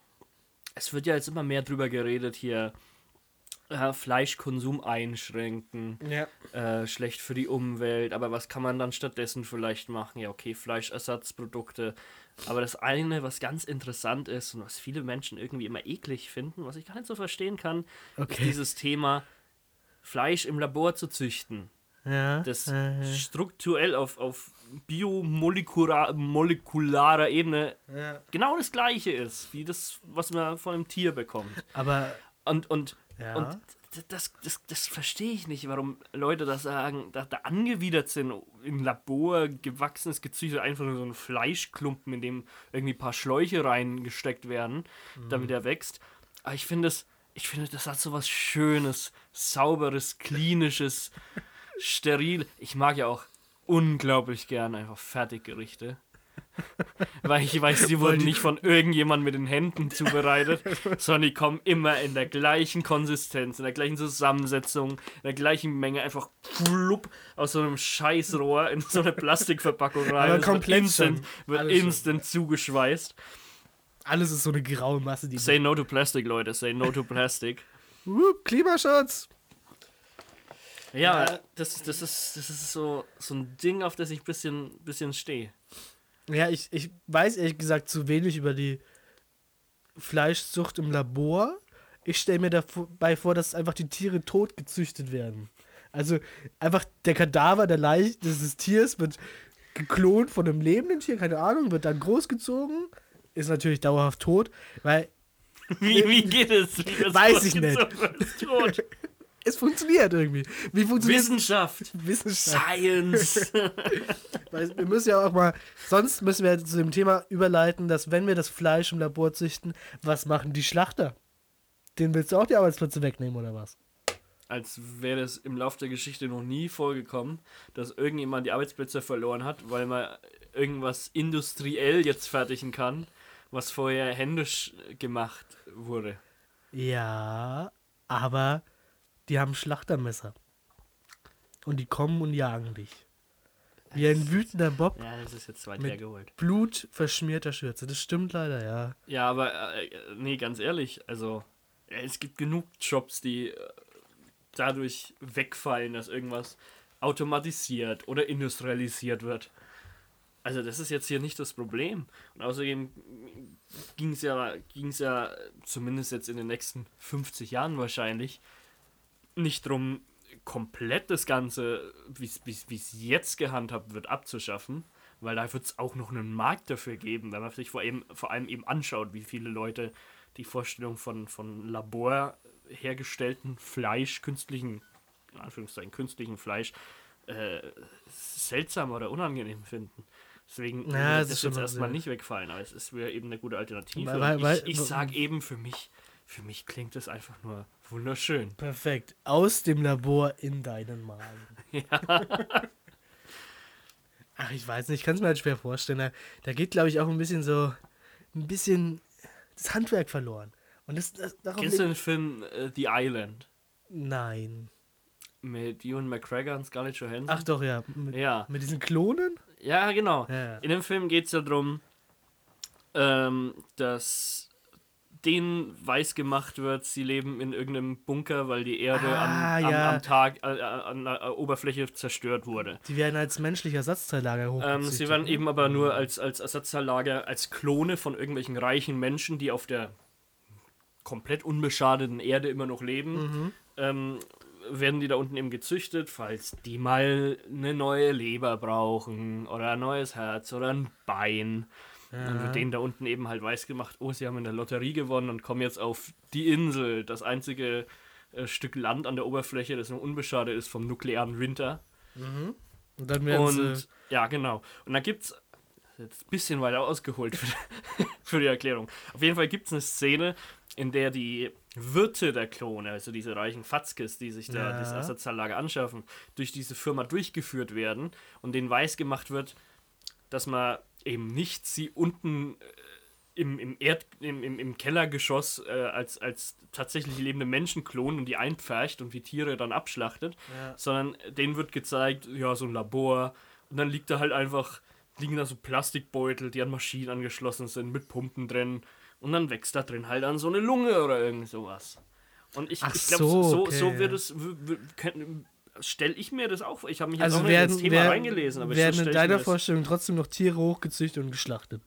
es wird ja jetzt immer mehr drüber geredet hier, äh, Fleischkonsum einschränken, Ja. äh, schlecht für die Umwelt, aber was kann man dann stattdessen vielleicht machen? Ja, okay, Fleischersatzprodukte, aber das eine, was ganz interessant ist und was viele Menschen irgendwie immer eklig finden, was ich gar nicht so verstehen kann, ist Okay. dieses Thema, Fleisch im Labor zu züchten, Ja. das äh, strukturell auf, auf biomolekularer molekularer Ebene ja. genau das gleiche ist, wie das, was man von einem Tier bekommt. Aber, Und, und, ja. und d- das, das, das verstehe ich nicht, warum Leute das sagen, da, da angewidert sind, im Labor gewachsenes Gezüchtet, einfach nur so ein Fleischklumpen, in dem irgendwie ein paar Schläuche reingesteckt werden, damit er wächst. Aber ich finde das, ich finde, das hat so was Schönes, Sauberes, Klinisches. steril. Ich mag ja auch unglaublich gern einfach Fertiggerichte. Weil ich weiß, die wurden nicht von irgendjemandem mit den Händen zubereitet, sondern die kommen immer in der gleichen Konsistenz, in der gleichen Zusammensetzung, in der gleichen Menge, einfach flupp aus so einem Scheißrohr in so eine Plastikverpackung rein. Aber komplett wird instant, wird Alles instant zugeschweißt. Alles ist so eine graue Masse. Die Say no to plastic, Leute, say no to plastic. uh, Klimaschutz! Ja, Ja. Das, das, ist, das ist so, so ein Ding, auf das ich ein bisschen, bisschen stehe. Ja, ich, ich weiß ehrlich gesagt zu wenig über die Fleischzucht im Labor. Ich stelle mir dabei vor, dass einfach die Tiere tot gezüchtet werden. Also einfach der Kadaver der Leiche dieses Tiers wird geklont von einem lebenden Tier, keine Ahnung, wird dann großgezogen, ist natürlich dauerhaft tot, weil Wie, wie geht es? Wie das Weiß ich nicht. ist tot. es funktioniert irgendwie. Wie funktioniert Wissenschaft. Wissenschaft? Science. Weil wir müssen ja auch mal, sonst müssen wir zu dem Thema überleiten, dass wenn wir das Fleisch im Labor züchten, was machen die Schlachter? Denen willst du auch die Arbeitsplätze wegnehmen oder was? Als wäre es im Laufe der Geschichte noch nie vorgekommen, dass irgendjemand die Arbeitsplätze verloren hat, weil man irgendwas industriell jetzt fertigen kann, was vorher händisch gemacht wurde. Ja, aber die haben Schlachtermesser. Und die kommen und jagen dich. Wie ein wütender Bob Ja, das ist jetzt weit Mit- hergeholt. blutverschmierter Schürze. Das stimmt leider, ja. Ja, aber äh, nee, ganz ehrlich, also äh, es gibt genug Jobs, die äh, dadurch wegfallen, dass irgendwas automatisiert oder industrialisiert wird. Also das ist jetzt hier nicht das Problem. Und außerdem ging es ja, ging's ja zumindest jetzt in den nächsten fünfzig Jahren wahrscheinlich nicht darum, komplett das Ganze, wie es jetzt gehandhabt wird, abzuschaffen, weil da wird es auch noch einen Markt dafür geben, wenn man sich vor, eben, vor allem eben anschaut, wie viele Leute die Vorstellung von, von Labor hergestellten Fleisch, künstlichen, in Anführungszeichen künstlichen Fleisch, äh, seltsam oder unangenehm finden. Deswegen Ja, wird das das ist schon jetzt mal erstmal sehr- nicht wegfallen, aber es ist wieder eben eine gute Alternative. Weil- weil- Und weil- ich ich sage eben für mich, für mich klingt das einfach nur wunderschön. Perfekt. Aus dem Labor in deinen Magen. Ja. Ach, ich weiß nicht, ich kann es mir halt schwer vorstellen. Da, da geht, glaube ich, auch ein bisschen so, ein bisschen das Handwerk verloren. Und das, das darauf Kennst du liegt- den Film äh, The Island Nein. mit Ewan McGregor und Scarlett Johansson? Ach doch, ja. Mit, Ja, mit diesen Klonen? ja, genau. Ja. In dem Film geht es ja darum, ähm, dass denen weiß gemacht wird, sie leben in irgendeinem Bunker, weil die Erde Ah, am, am, ja. am Tag äh, an der Oberfläche zerstört wurde. Die werden als menschliche Ersatzteillager Ähm, hochgezüchtet. sie werden ne? eben aber nur als, als Ersatzteillager, als Klone von irgendwelchen reichen Menschen, die auf der komplett unbeschadeten Erde immer noch leben, Mhm. ähm, werden die da unten eben gezüchtet, falls die mal eine neue Leber brauchen oder ein neues Herz oder ein Bein. Dann wird denen da unten eben halt weiß gemacht, oh, sie haben in der Lotterie gewonnen und kommen jetzt auf die Insel, das einzige äh, Stück Land an der Oberfläche, das noch unbeschadet ist vom nuklearen Winter. Und dann werden Und sie... ja, genau. Und da gibt's jetzt ein bisschen weiter ausgeholt für, für die Erklärung. Auf jeden Fall gibt es eine Szene, in der die Wirte der Klone, also diese reichen Fatzkes, die sich da Ja. das Ersatzteillager anschaffen, durch diese Firma durchgeführt werden und denen weiß gemacht wird, dass man eben nicht sie unten äh, im, im, Erd, im, im, im Kellergeschoss äh, als, als tatsächlich lebende Menschen klonen und die einpfercht und wie Tiere dann abschlachtet, Ja. sondern denen wird gezeigt, ja, so ein Labor und dann liegt da halt einfach, liegen da so Plastikbeutel, die an Maschinen angeschlossen sind, mit Pumpen drin und dann wächst da drin halt an so eine Lunge oder irgend sowas. Und ich, Ach ich glaube, so, so, okay. so wird es, stelle ich mir das auch vor. Ich habe mich jetzt Also auch nicht werden, ins Thema werden, reingelesen, aber werden so in stell ich mir deiner das- Vorstellung trotzdem noch Tiere hochgezüchtet und geschlachtet.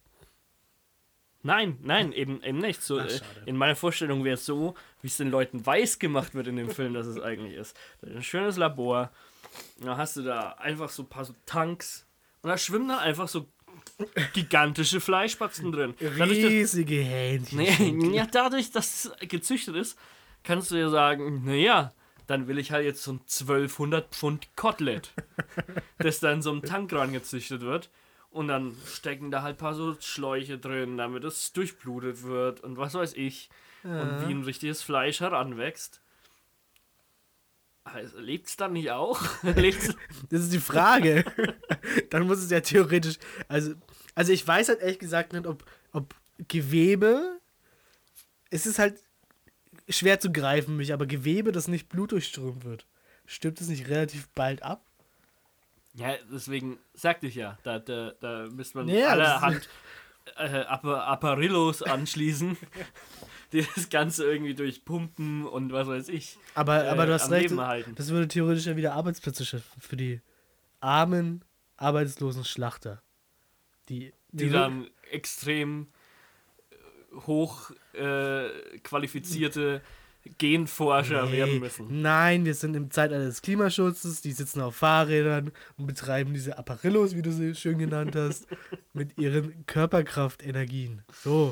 Nein, nein, eben, eben nicht. So, Ach, äh, schade. in meiner Vorstellung wäre es so, wie es den Leuten weiß gemacht wird in dem Film, dass es eigentlich ist. Das ist ein schönes Labor. Da hast du da einfach so ein paar so Tanks und da schwimmen dann einfach so gigantische Fleischspatzen drin. Dadurch, dass, Riesige Hähnchen. nee, ja, dadurch, dass es gezüchtet ist, kannst du ja sagen, naja, dann will ich halt jetzt so ein zwölfhundert Pfund Kotelett, das da in so einem Tank rangezüchtet wird. Und dann stecken da halt ein paar so Schläuche drin, damit es durchblutet wird und was weiß ich. Und wie ein richtiges Fleisch heranwächst. Lebt es dann nicht auch? Lebt's? Das ist die Frage. Dann muss es ja theoretisch. Also, also ich weiß halt ehrlich gesagt nicht, ob, ob Gewebe. Es ist halt schwer zu greifen, mich, aber Gewebe, das nicht blutdurchströmt wird, stirbt es nicht relativ bald ab? Ja, deswegen sagte ich ja, da, da, da müsste man Ja, allerhand äh, Appa- Apparillos anschließen, die das Ganze irgendwie durch Pumpen und was weiß ich Aber, äh, aber du hast am recht, Leben erhalten. das würde theoretisch ja wieder Arbeitsplätze schaffen für die armen, arbeitslosen Schlachter. Die, Die dann extrem hoch äh, qualifizierte Genforscher Nee, werden müssen. Nein, wir sind im Zeitalter des Klimaschutzes, die sitzen auf Fahrrädern und betreiben diese Apparillos, wie du sie schön genannt hast, mit ihren Körperkraftenergien. So.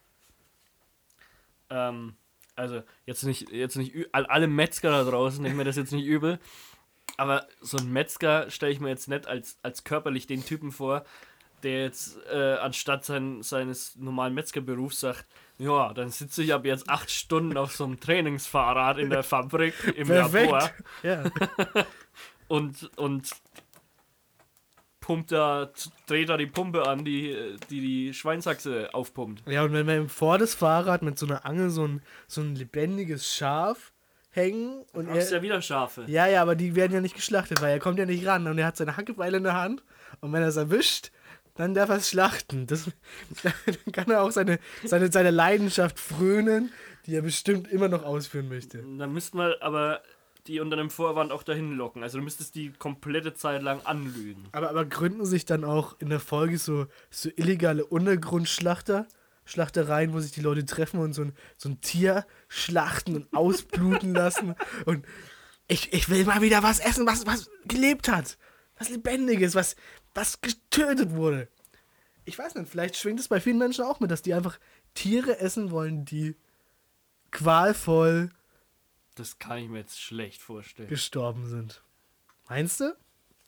Ähm, also jetzt nicht, jetzt nicht ü- all- alle Metzger da draußen, nehmen mir das jetzt nicht übel, aber so ein Metzger stelle ich mir jetzt nicht als, als körperlich den Typen vor, der jetzt äh, anstatt sein, seines normalen Metzgerberufs sagt, ja, dann sitze ich ab jetzt acht Stunden auf so einem Trainingsfahrrad in der Fabrik im Labor Ja. und, und pumpt da, dreht da die Pumpe an, die die, die Schweinsachse aufpumpt. Ja, und wenn wir im vor das Fahrrad mit so einer Angel so ein, so ein lebendiges Schaf hängen und Du brauchst er, ja wieder Schafe. ja, ja, aber die werden ja nicht geschlachtet, weil er kommt ja nicht ran und er hat seine Hackebeile in der Hand und wenn er es erwischt, dann darf er es schlachten. Das, dann kann er auch seine, seine, seine Leidenschaft frönen, die er bestimmt immer noch ausführen möchte. Dann müssten wir aber die unter dem Vorwand auch dahin locken. Also du müsstest die komplette Zeit lang anlügen. Aber, aber gründen sich dann auch in der Folge so, so illegale Untergrundschlachter, Schlachtereien, wo sich die Leute treffen und so ein, so ein Tier schlachten und ausbluten lassen. Und ich, ich will mal wieder was essen, was, was gelebt hat. Was Lebendiges, was, was getötet wurde. Ich weiß nicht, vielleicht schwingt es bei vielen Menschen auch mit, dass die einfach Tiere essen wollen, die qualvoll Das kann ich mir jetzt schlecht vorstellen. gestorben sind. Meinst du?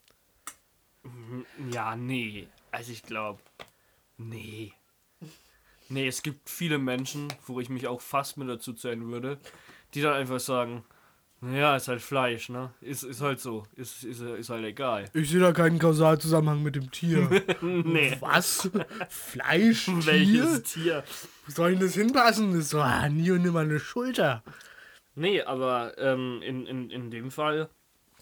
Ja, nee. Also ich glaube, nee. Nee, es gibt viele Menschen, wo ich mich auch fast mit dazu zählen würde, die dann einfach sagen, naja, ist halt Fleisch, ne? Ist, ist halt so. Ist, ist, ist halt egal. Ich sehe da keinen Kausalzusammenhang mit dem Tier. Nee. Was? Fleisch? Welches Tier? Tier? Wo soll denn das hinpassen? Das ist so, ah, nie und nimmer eine Schulter. Nee, aber ähm, in, in, in dem Fall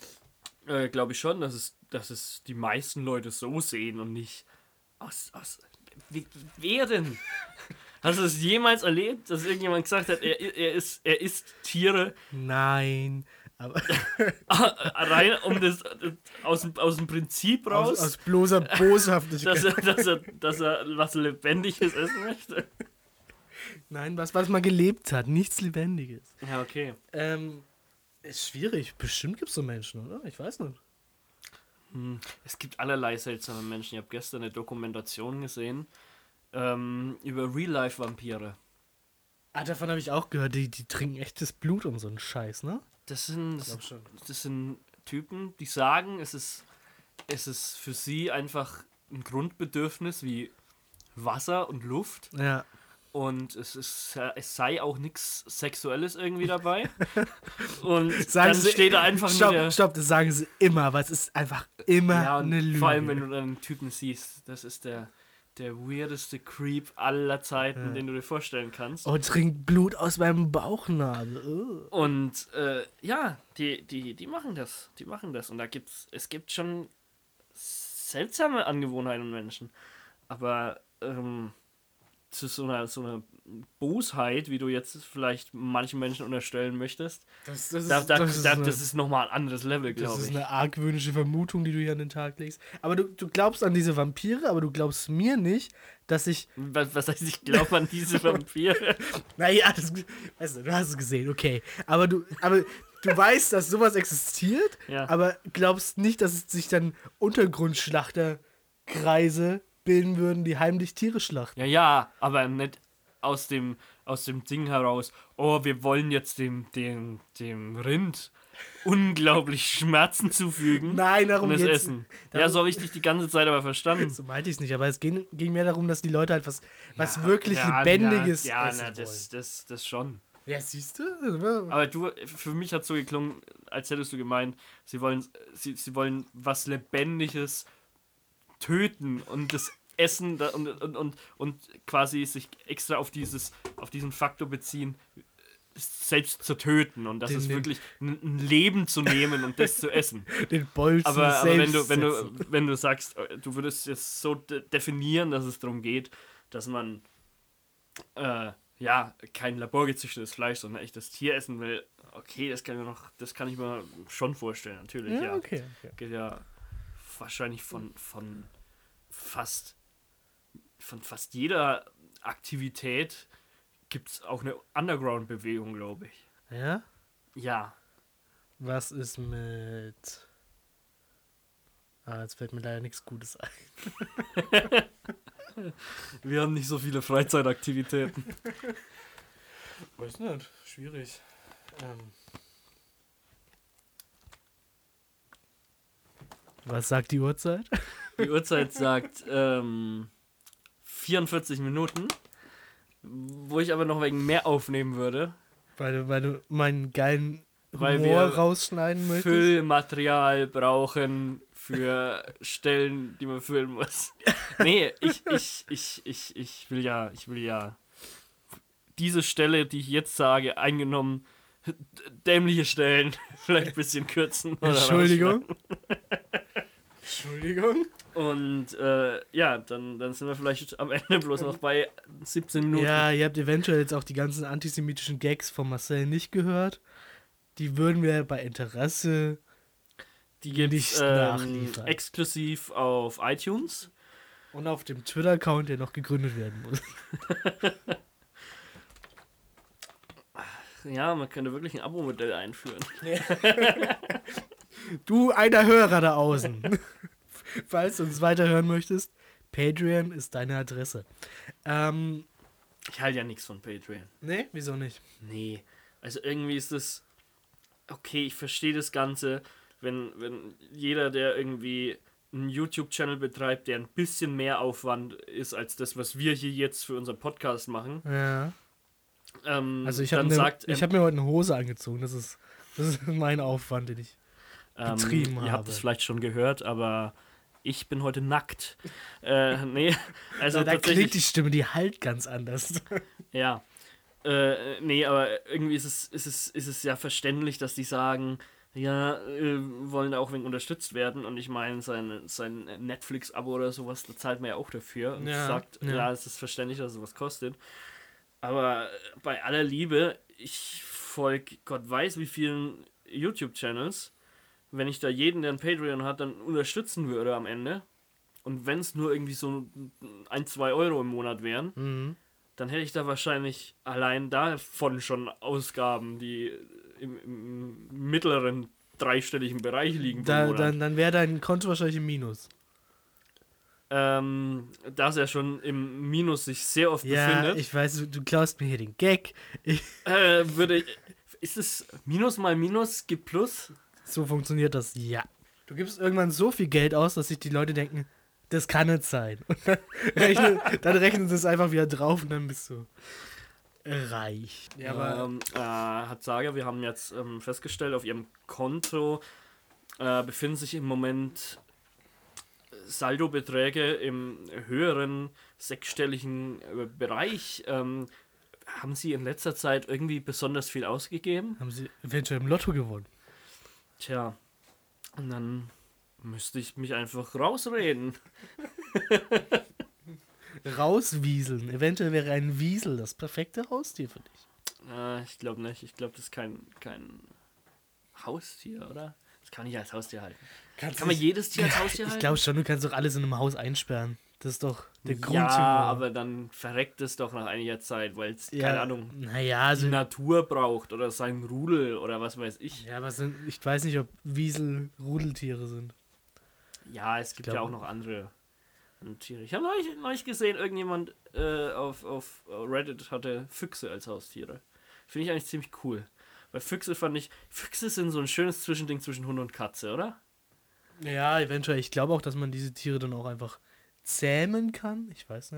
äh, glaube ich schon, dass es, dass es die meisten Leute so sehen und nicht aus. aus wie, wer denn? Hast du es jemals erlebt, dass irgendjemand gesagt hat, er, er, ist, er isst Tiere Nein. Aber rein um das aus, dem- aus dem Prinzip raus, aus, aus bloßer Boshaftigkeit. dass, er, dass, er, dass er was Lebendiges essen möchte? Nein, was, was man gelebt hat. Nichts Lebendiges. Ja, okay. Ähm, ist schwierig. Bestimmt gibt es so Menschen, oder? Ich weiß nicht. Hm. Es gibt allerlei seltsame Menschen. Ich habe gestern eine Dokumentation gesehen ähm, über Real-Life-Vampire. Ah, davon habe ich auch gehört. Die, die trinken echtes Blut und so einen Scheiß, ne? Das sind, glaub schon. das sind Typen, die sagen, es ist, es ist für sie einfach ein Grundbedürfnis wie Wasser und Luft. Ja. Und es, ist, es sei auch nichts Sexuelles irgendwie dabei. Und Sagen dann sie, steht da einfach stopp, nur der... Stopp, das sagen sie immer, weil es ist einfach immer Ja, und eine Lüge. vor allem, wenn du dann einen Typen siehst, das ist der, der weirdeste Creep aller Zeiten, Ja. den du dir vorstellen kannst. Oh, trinkt Blut aus meinem Bauchnabel. Ugh. Und äh, ja, die, die, die machen das. Die machen das. Und da gibt's, es gibt schon seltsame Angewohnheiten und Menschen. Aber ähm, zu so einer, so einer Bosheit, wie du jetzt vielleicht manchen Menschen unterstellen möchtest, Das, das, ist, da, da, das, ist da, eine, das ist nochmal ein anderes Level, das glaube ist ich. eine argwöhnische Vermutung, die du hier an den Tag legst. Aber du, du glaubst an diese Vampire, aber du glaubst mir nicht, dass ich... Was, was heißt, ich glaube an diese Vampire? Naja, das, weißt du, du hast es gesehen, okay. Aber du, aber du weißt, dass sowas existiert, Ja. aber glaubst nicht, dass es sich dann Untergrundschlachterkreise bilden würden, die heimlich Tiere schlachten. Ja, ja, aber nicht aus dem, aus dem Ding heraus, oh, wir wollen jetzt dem, dem, dem Rind unglaublich Schmerzen zufügen Nein, darum und es geht's essen. nicht. Ja, Darum- so habe ich dich die ganze Zeit aber verstanden. So meinte ich es nicht, aber es ging, ging mehr darum, dass die Leute halt was, was Ja, wirklich ja, Lebendiges Ja, ja essen na, das, wollen. das, das schon. Ja, siehst du? Aber du, für mich hat es so geklungen, als hättest du gemeint, sie wollen, sie, sie wollen was Lebendiges töten und das Essen da, und, und, und, und quasi sich extra auf dieses, auf diesen Faktor beziehen, selbst zu töten und das Den- ist den- wirklich ein, ein Leben zu nehmen und das zu essen. Den Bolzen Aber, aber wenn du, wenn setzen. du, wenn du sagst, du würdest jetzt so de- definieren, dass es darum geht, dass man äh, ja kein laborgezüchtetes Fleisch, sondern echtes Tier essen will, okay, das kann ich noch, das kann ich mir schon vorstellen, natürlich, Ja, ja. okay. okay. Geht ja wahrscheinlich von, von fast von fast jeder Aktivität gibt es auch eine Underground-Bewegung, glaube ich. Ja? Ja. Was ist mit... Ah, jetzt fällt mir leider nichts Gutes ein. Wir haben nicht so viele Freizeitaktivitäten. Weiß nicht. Schwierig. Ähm. Was sagt die Uhrzeit? Die Uhrzeit sagt ähm, vierundvierzig Minuten, wo ich aber noch wegen mehr aufnehmen würde. Weil du, weil du meinen geilen Weil Humor wir rausschneiden möchtest? Füllmaterial brauchen für Stellen, die man füllen muss. Nee, ich, ich, ich, ich, ich will ja, ich will ja diese Stelle, die ich jetzt sage, eingenommen, d- dämliche Stellen vielleicht ein bisschen kürzen. Oder Entschuldigung. Entschuldigung. Und äh, ja, dann, dann sind wir vielleicht am Ende bloß noch bei siebzehn Minuten. Ja, ihr habt eventuell jetzt auch die ganzen antisemitischen Gags von Marcel nicht gehört. Die würden wir bei Interesse Die gibt nicht es ähm, nachliefern. exklusiv auf iTunes. und auf dem Twitter-Account, der noch gegründet werden muss. Ja, man könnte wirklich ein Abo-Modell einführen. Du, einer Hörer da außen. Falls du uns weiterhören möchtest, Patreon ist deine Adresse. Ähm, Ich halte ja nichts von Patreon. nee, wieso nicht? Nee, also irgendwie ist das okay, ich verstehe das Ganze, wenn, wenn jeder, der irgendwie einen YouTube-Channel betreibt, der ein bisschen mehr Aufwand ist als das, was wir hier jetzt für unseren Podcast machen, Ja. ähm, Also ich habe dann mir, sagt, ich hab mir heute eine Hose angezogen. Das ist, das ist mein Aufwand, den ich ähm, betrieben ihr habe. habt es vielleicht schon gehört, aber ich bin heute nackt. äh, nee, also da, da tatsächlich, klingt die Stimme, die halt ganz anders. ja. Äh, nee, aber irgendwie ist es, ist, es, ist es ja verständlich, dass die sagen, ja, äh, wollen auch wegen unterstützt werden. Und ich meine, sein, sein Netflix-Abo oder sowas, da zahlt man ja auch dafür. Und Ja, sagt, ja. ja, es ist verständlich, dass es was kostet. Aber bei aller Liebe, ich folge Gott weiß wie vielen YouTube-Channels. Wenn ich da jeden, der ein Patreon hat, dann unterstützen würde am Ende. Und wenn es nur irgendwie so ein, zwei Euro im Monat wären, Mhm. dann hätte ich da wahrscheinlich allein davon schon Ausgaben, die im, im mittleren dreistelligen Bereich liegen pro Da, Monat. dann dann wäre dein Konto wahrscheinlich im Minus. Ähm, da es ja schon im Minus sich sehr oft Ja, befindet, ich weiß, du, du klaust mir hier den Gag. Ich, äh, würde ich, ist es Minus mal Minus gibt Plus? so funktioniert das, ja. Du gibst irgendwann so viel Geld aus, dass sich die Leute denken, das kann nicht sein. Und dann rechnen, dann rechnen sie es einfach wieder drauf und dann bist du reich. Ja, aber ähm, äh, hat Saga, wir haben jetzt ähm, festgestellt, auf ihrem Konto äh, befinden sich im Moment Saldobeträge im höheren sechsstelligen äh, Bereich. Ähm, haben Sie in letzter Zeit irgendwie besonders viel ausgegeben? haben sie eventuell im Lotto gewonnen. Tja, und dann müsste ich mich einfach rausreden. Rauswieseln. Eventuell wäre ein Wiesel das perfekte Haustier für dich. Äh, ich glaube nicht. Ich glaube, das ist kein, kein Haustier, oder? Das kann man nicht als Haustier halten. Kannst Kann man jedes Tier als Haustier Ich halten? glaube schon, du kannst doch alles in einem Haus einsperren. Das ist doch der Ja, Grundhumor. aber dann verreckt es doch nach einiger Zeit, weil es, Ja, keine Ahnung, Naja, die also. Natur braucht oder sein Rudel oder was weiß ich. Ja, aber sind, ich weiß nicht, ob Wiesel Rudeltiere sind. Ja, es gibt glaub- ja auch noch andere Tiere. Ich habe neulich, neulich gesehen, irgendjemand äh, auf, auf Reddit hatte Füchse als Haustiere. Finde ich eigentlich ziemlich cool. Weil Füchse fand ich, Füchse sind so ein schönes Zwischending zwischen Hund und Katze, oder? Ja, eventuell. Ich glaube auch, dass man diese Tiere dann auch einfach zähmen kann. Ich weiß nicht.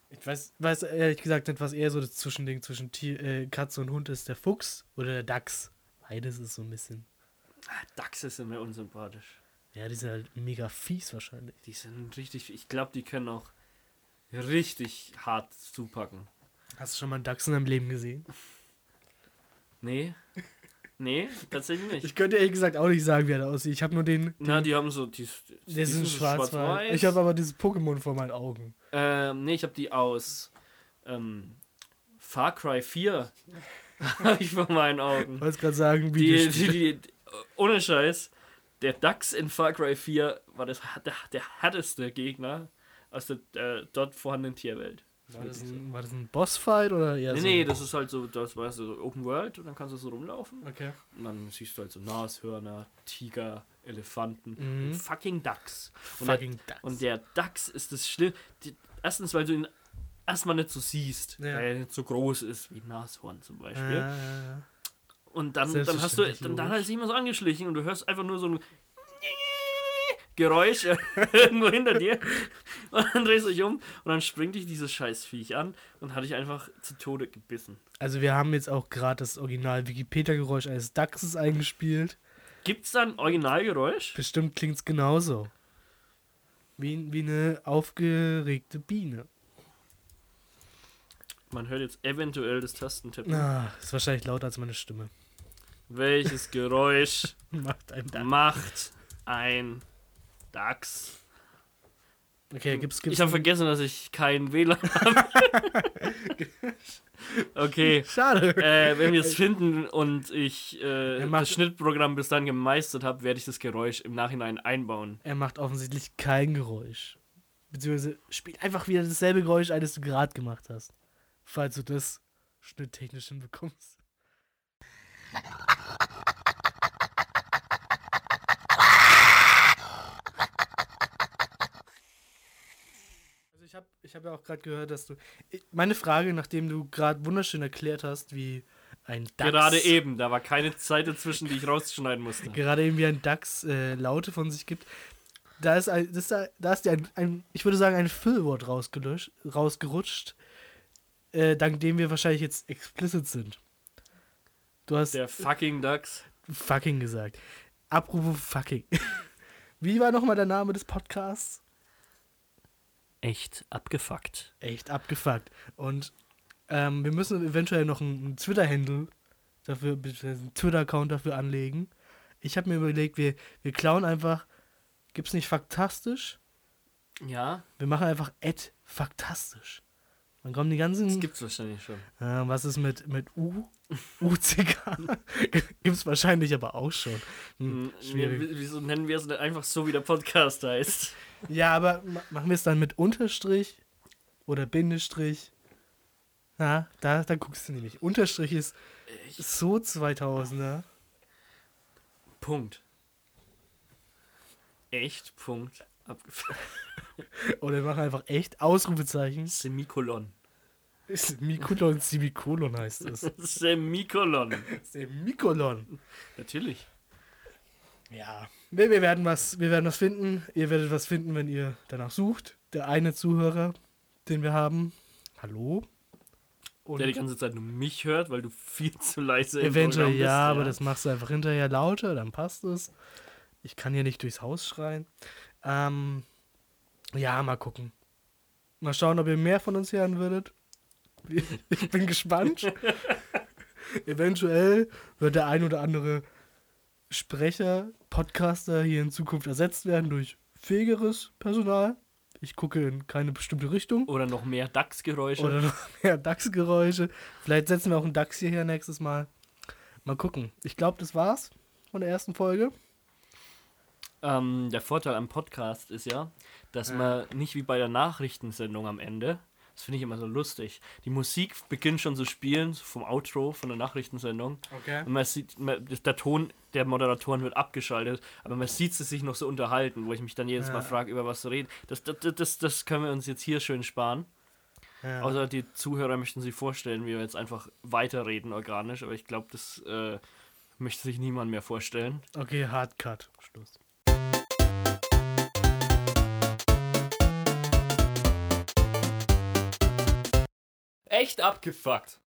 Ich weiß, weiß ehrlich gesagt nicht, was eher so das Zwischending zwischen Tier, äh, Katze und Hund ist. Der Fuchs oder der Dachs. Beides ist so ein bisschen... Ah, Dachse sind mir unsympathisch. Ja, die sind halt mega fies wahrscheinlich. Die sind richtig, ich glaube, die können auch richtig hart zupacken. Hast du schon mal einen Dachs in deinem Leben gesehen? Nee. Nee, tatsächlich nicht. Ich könnte ehrlich gesagt auch nicht sagen, wie er da aussieht. Ich habe nur den... den Na, die haben so... Die, die, die sind so schwarz-weiß. Ich habe aber dieses Pokémon vor meinen Augen. Ähm, nee, ich habe die aus ähm, Far Cry vier habe ich vor meinen Augen. Ich wollte gerade sagen, wie... Die, die, die, die, ohne Scheiß, der Dachs in Far Cry vier war das, der, der härteste Gegner aus der äh, dort vorhandenen Tierwelt. War das, ein, war das ein Bossfight oder eher Nee, so? nee, das ist halt so, das war so Open World und dann kannst du so rumlaufen. Okay. Und dann siehst du halt so Nashörner, Tiger, Elefanten Mhm. und fucking Dachs. Und Fucking der, Dachs. Und der Dachs ist das schlimm. Die, erstens, weil du ihn erstmal nicht so siehst, Ja. weil er nicht so groß ist wie ein Nashorn zum Beispiel. Ja, ja, ja. Und dann, dann hast du, dann, dann hat er sich immer so angeschlichen und du hörst einfach nur so ein Geräusch irgendwo hinter dir und dann drehst du dich um und dann springt dich dieses scheiß Viech an und hat dich einfach zu Tode gebissen. Also wir haben jetzt auch gerade das Original-Wikipedia-Geräusch eines Dachses eingespielt. Gibt's da ein Originalgeräusch? Bestimmt klingt's genauso. Wie, wie eine aufgeregte Biene. Man hört jetzt eventuell das Tastentippen. Ah, ist wahrscheinlich lauter als meine Stimme. Welches Geräusch Macht ein Dachs. macht ein Dachs? Okay, gibt's, gibt's Ich habe vergessen, dass ich kein W L A N habe. Okay. Schade. Äh, wenn wir es finden und ich äh, Er macht- das Schnittprogramm bis dann gemeistert habe, werde ich das Geräusch im Nachhinein einbauen. Er macht offensichtlich kein Geräusch. Beziehungsweise spielt einfach wieder dasselbe Geräusch ein, das du gerade gemacht hast. Falls du das schnitttechnisch hinbekommst. Also ich habe ich hab ja auch gerade gehört, dass du... Ich, meine Frage, nachdem du gerade wunderschön erklärt hast, wie ein Dachs... Gerade eben, da war keine Zeit dazwischen, die ich rausschneiden musste. Gerade eben wie ein Dachs äh, Laute von sich gibt. Da ist, ein, das da, da ist dir ein, ein, ich würde sagen, ein Füllwort rausgelöscht, rausgerutscht, äh, dank dem wir wahrscheinlich jetzt explicit sind. Du hast Der fucking Dachs. fucking gesagt. Apropos fucking. Wie war nochmal der Name des Podcasts? Echt abgefuckt. Echt abgefuckt. Und ähm, wir müssen eventuell noch einen, einen Twitter-Handle dafür, beziehungsweise einen Twitter-Account dafür anlegen. Ich habe mir überlegt, wir, wir klauen einfach. Gibt's nicht faktastisch? Ja, Wir machen einfach Ad faktastisch. Dann kommen die ganzen. das gibt's wahrscheinlich schon. Äh, was ist mit, mit U? U C K? Gibt's wahrscheinlich aber auch schon. Hm, Hm, schwierig. w- Wieso nennen wir es nicht einfach so, wie der Podcast heißt? Ja, aber ma- machen wir es dann mit Unterstrich oder Bindestrich? Ja, da, da guckst du nämlich. Unterstrich ist so zweitausender. Punkt. Echt, Punkt. Abgefuckt. Oder wir machen einfach echt Ausrufezeichen. Semikolon. Semikolon, Semikolon heißt es. Semikolon. Semikolon. Natürlich. Ja. Wir, wir, werden was, wir werden was finden. Ihr werdet was finden, wenn ihr danach sucht. Der eine Zuhörer, den wir haben. Hallo? Und Der die ganze Zeit nur mich hört, weil du viel zu leise im eventuell Programm bist, ja, aber das machst du einfach hinterher lauter, dann passt es. Ich kann hier nicht durchs Haus schreien. Ähm, ja, mal gucken. Mal schauen, ob ihr mehr von uns hören würdet. Ich bin gespannt. Eventuell wird der ein oder andere Sprecher, Podcaster hier in Zukunft ersetzt werden durch fähigeres Personal. Ich gucke in keine bestimmte Richtung. Oder noch mehr Dachsgeräusche. Oder noch mehr Dachsgeräusche. Vielleicht setzen wir auch einen Dachs hierher nächstes Mal. Mal gucken. Ich glaube, das war's von der ersten Folge. Ähm, der Vorteil am Podcast ist ja, dass Ja. man nicht wie bei der Nachrichtensendung am Ende, das finde ich immer so lustig, die Musik beginnt schon zu spielen, so vom Outro von der Nachrichtensendung. Okay. Und man sieht, man, der Ton der Moderatoren wird abgeschaltet, aber man sieht sie sich noch so unterhalten, wo ich mich dann jedes Ja. Mal frage, über was zu reden. Das, das, das, das können wir uns jetzt hier schön sparen. Ja. Außer die Zuhörer möchten sich vorstellen, wie wir jetzt einfach weiterreden organisch, aber ich glaube, das äh, möchte sich niemand mehr vorstellen. Okay, Hardcut. Schluss. echt abgefuckt.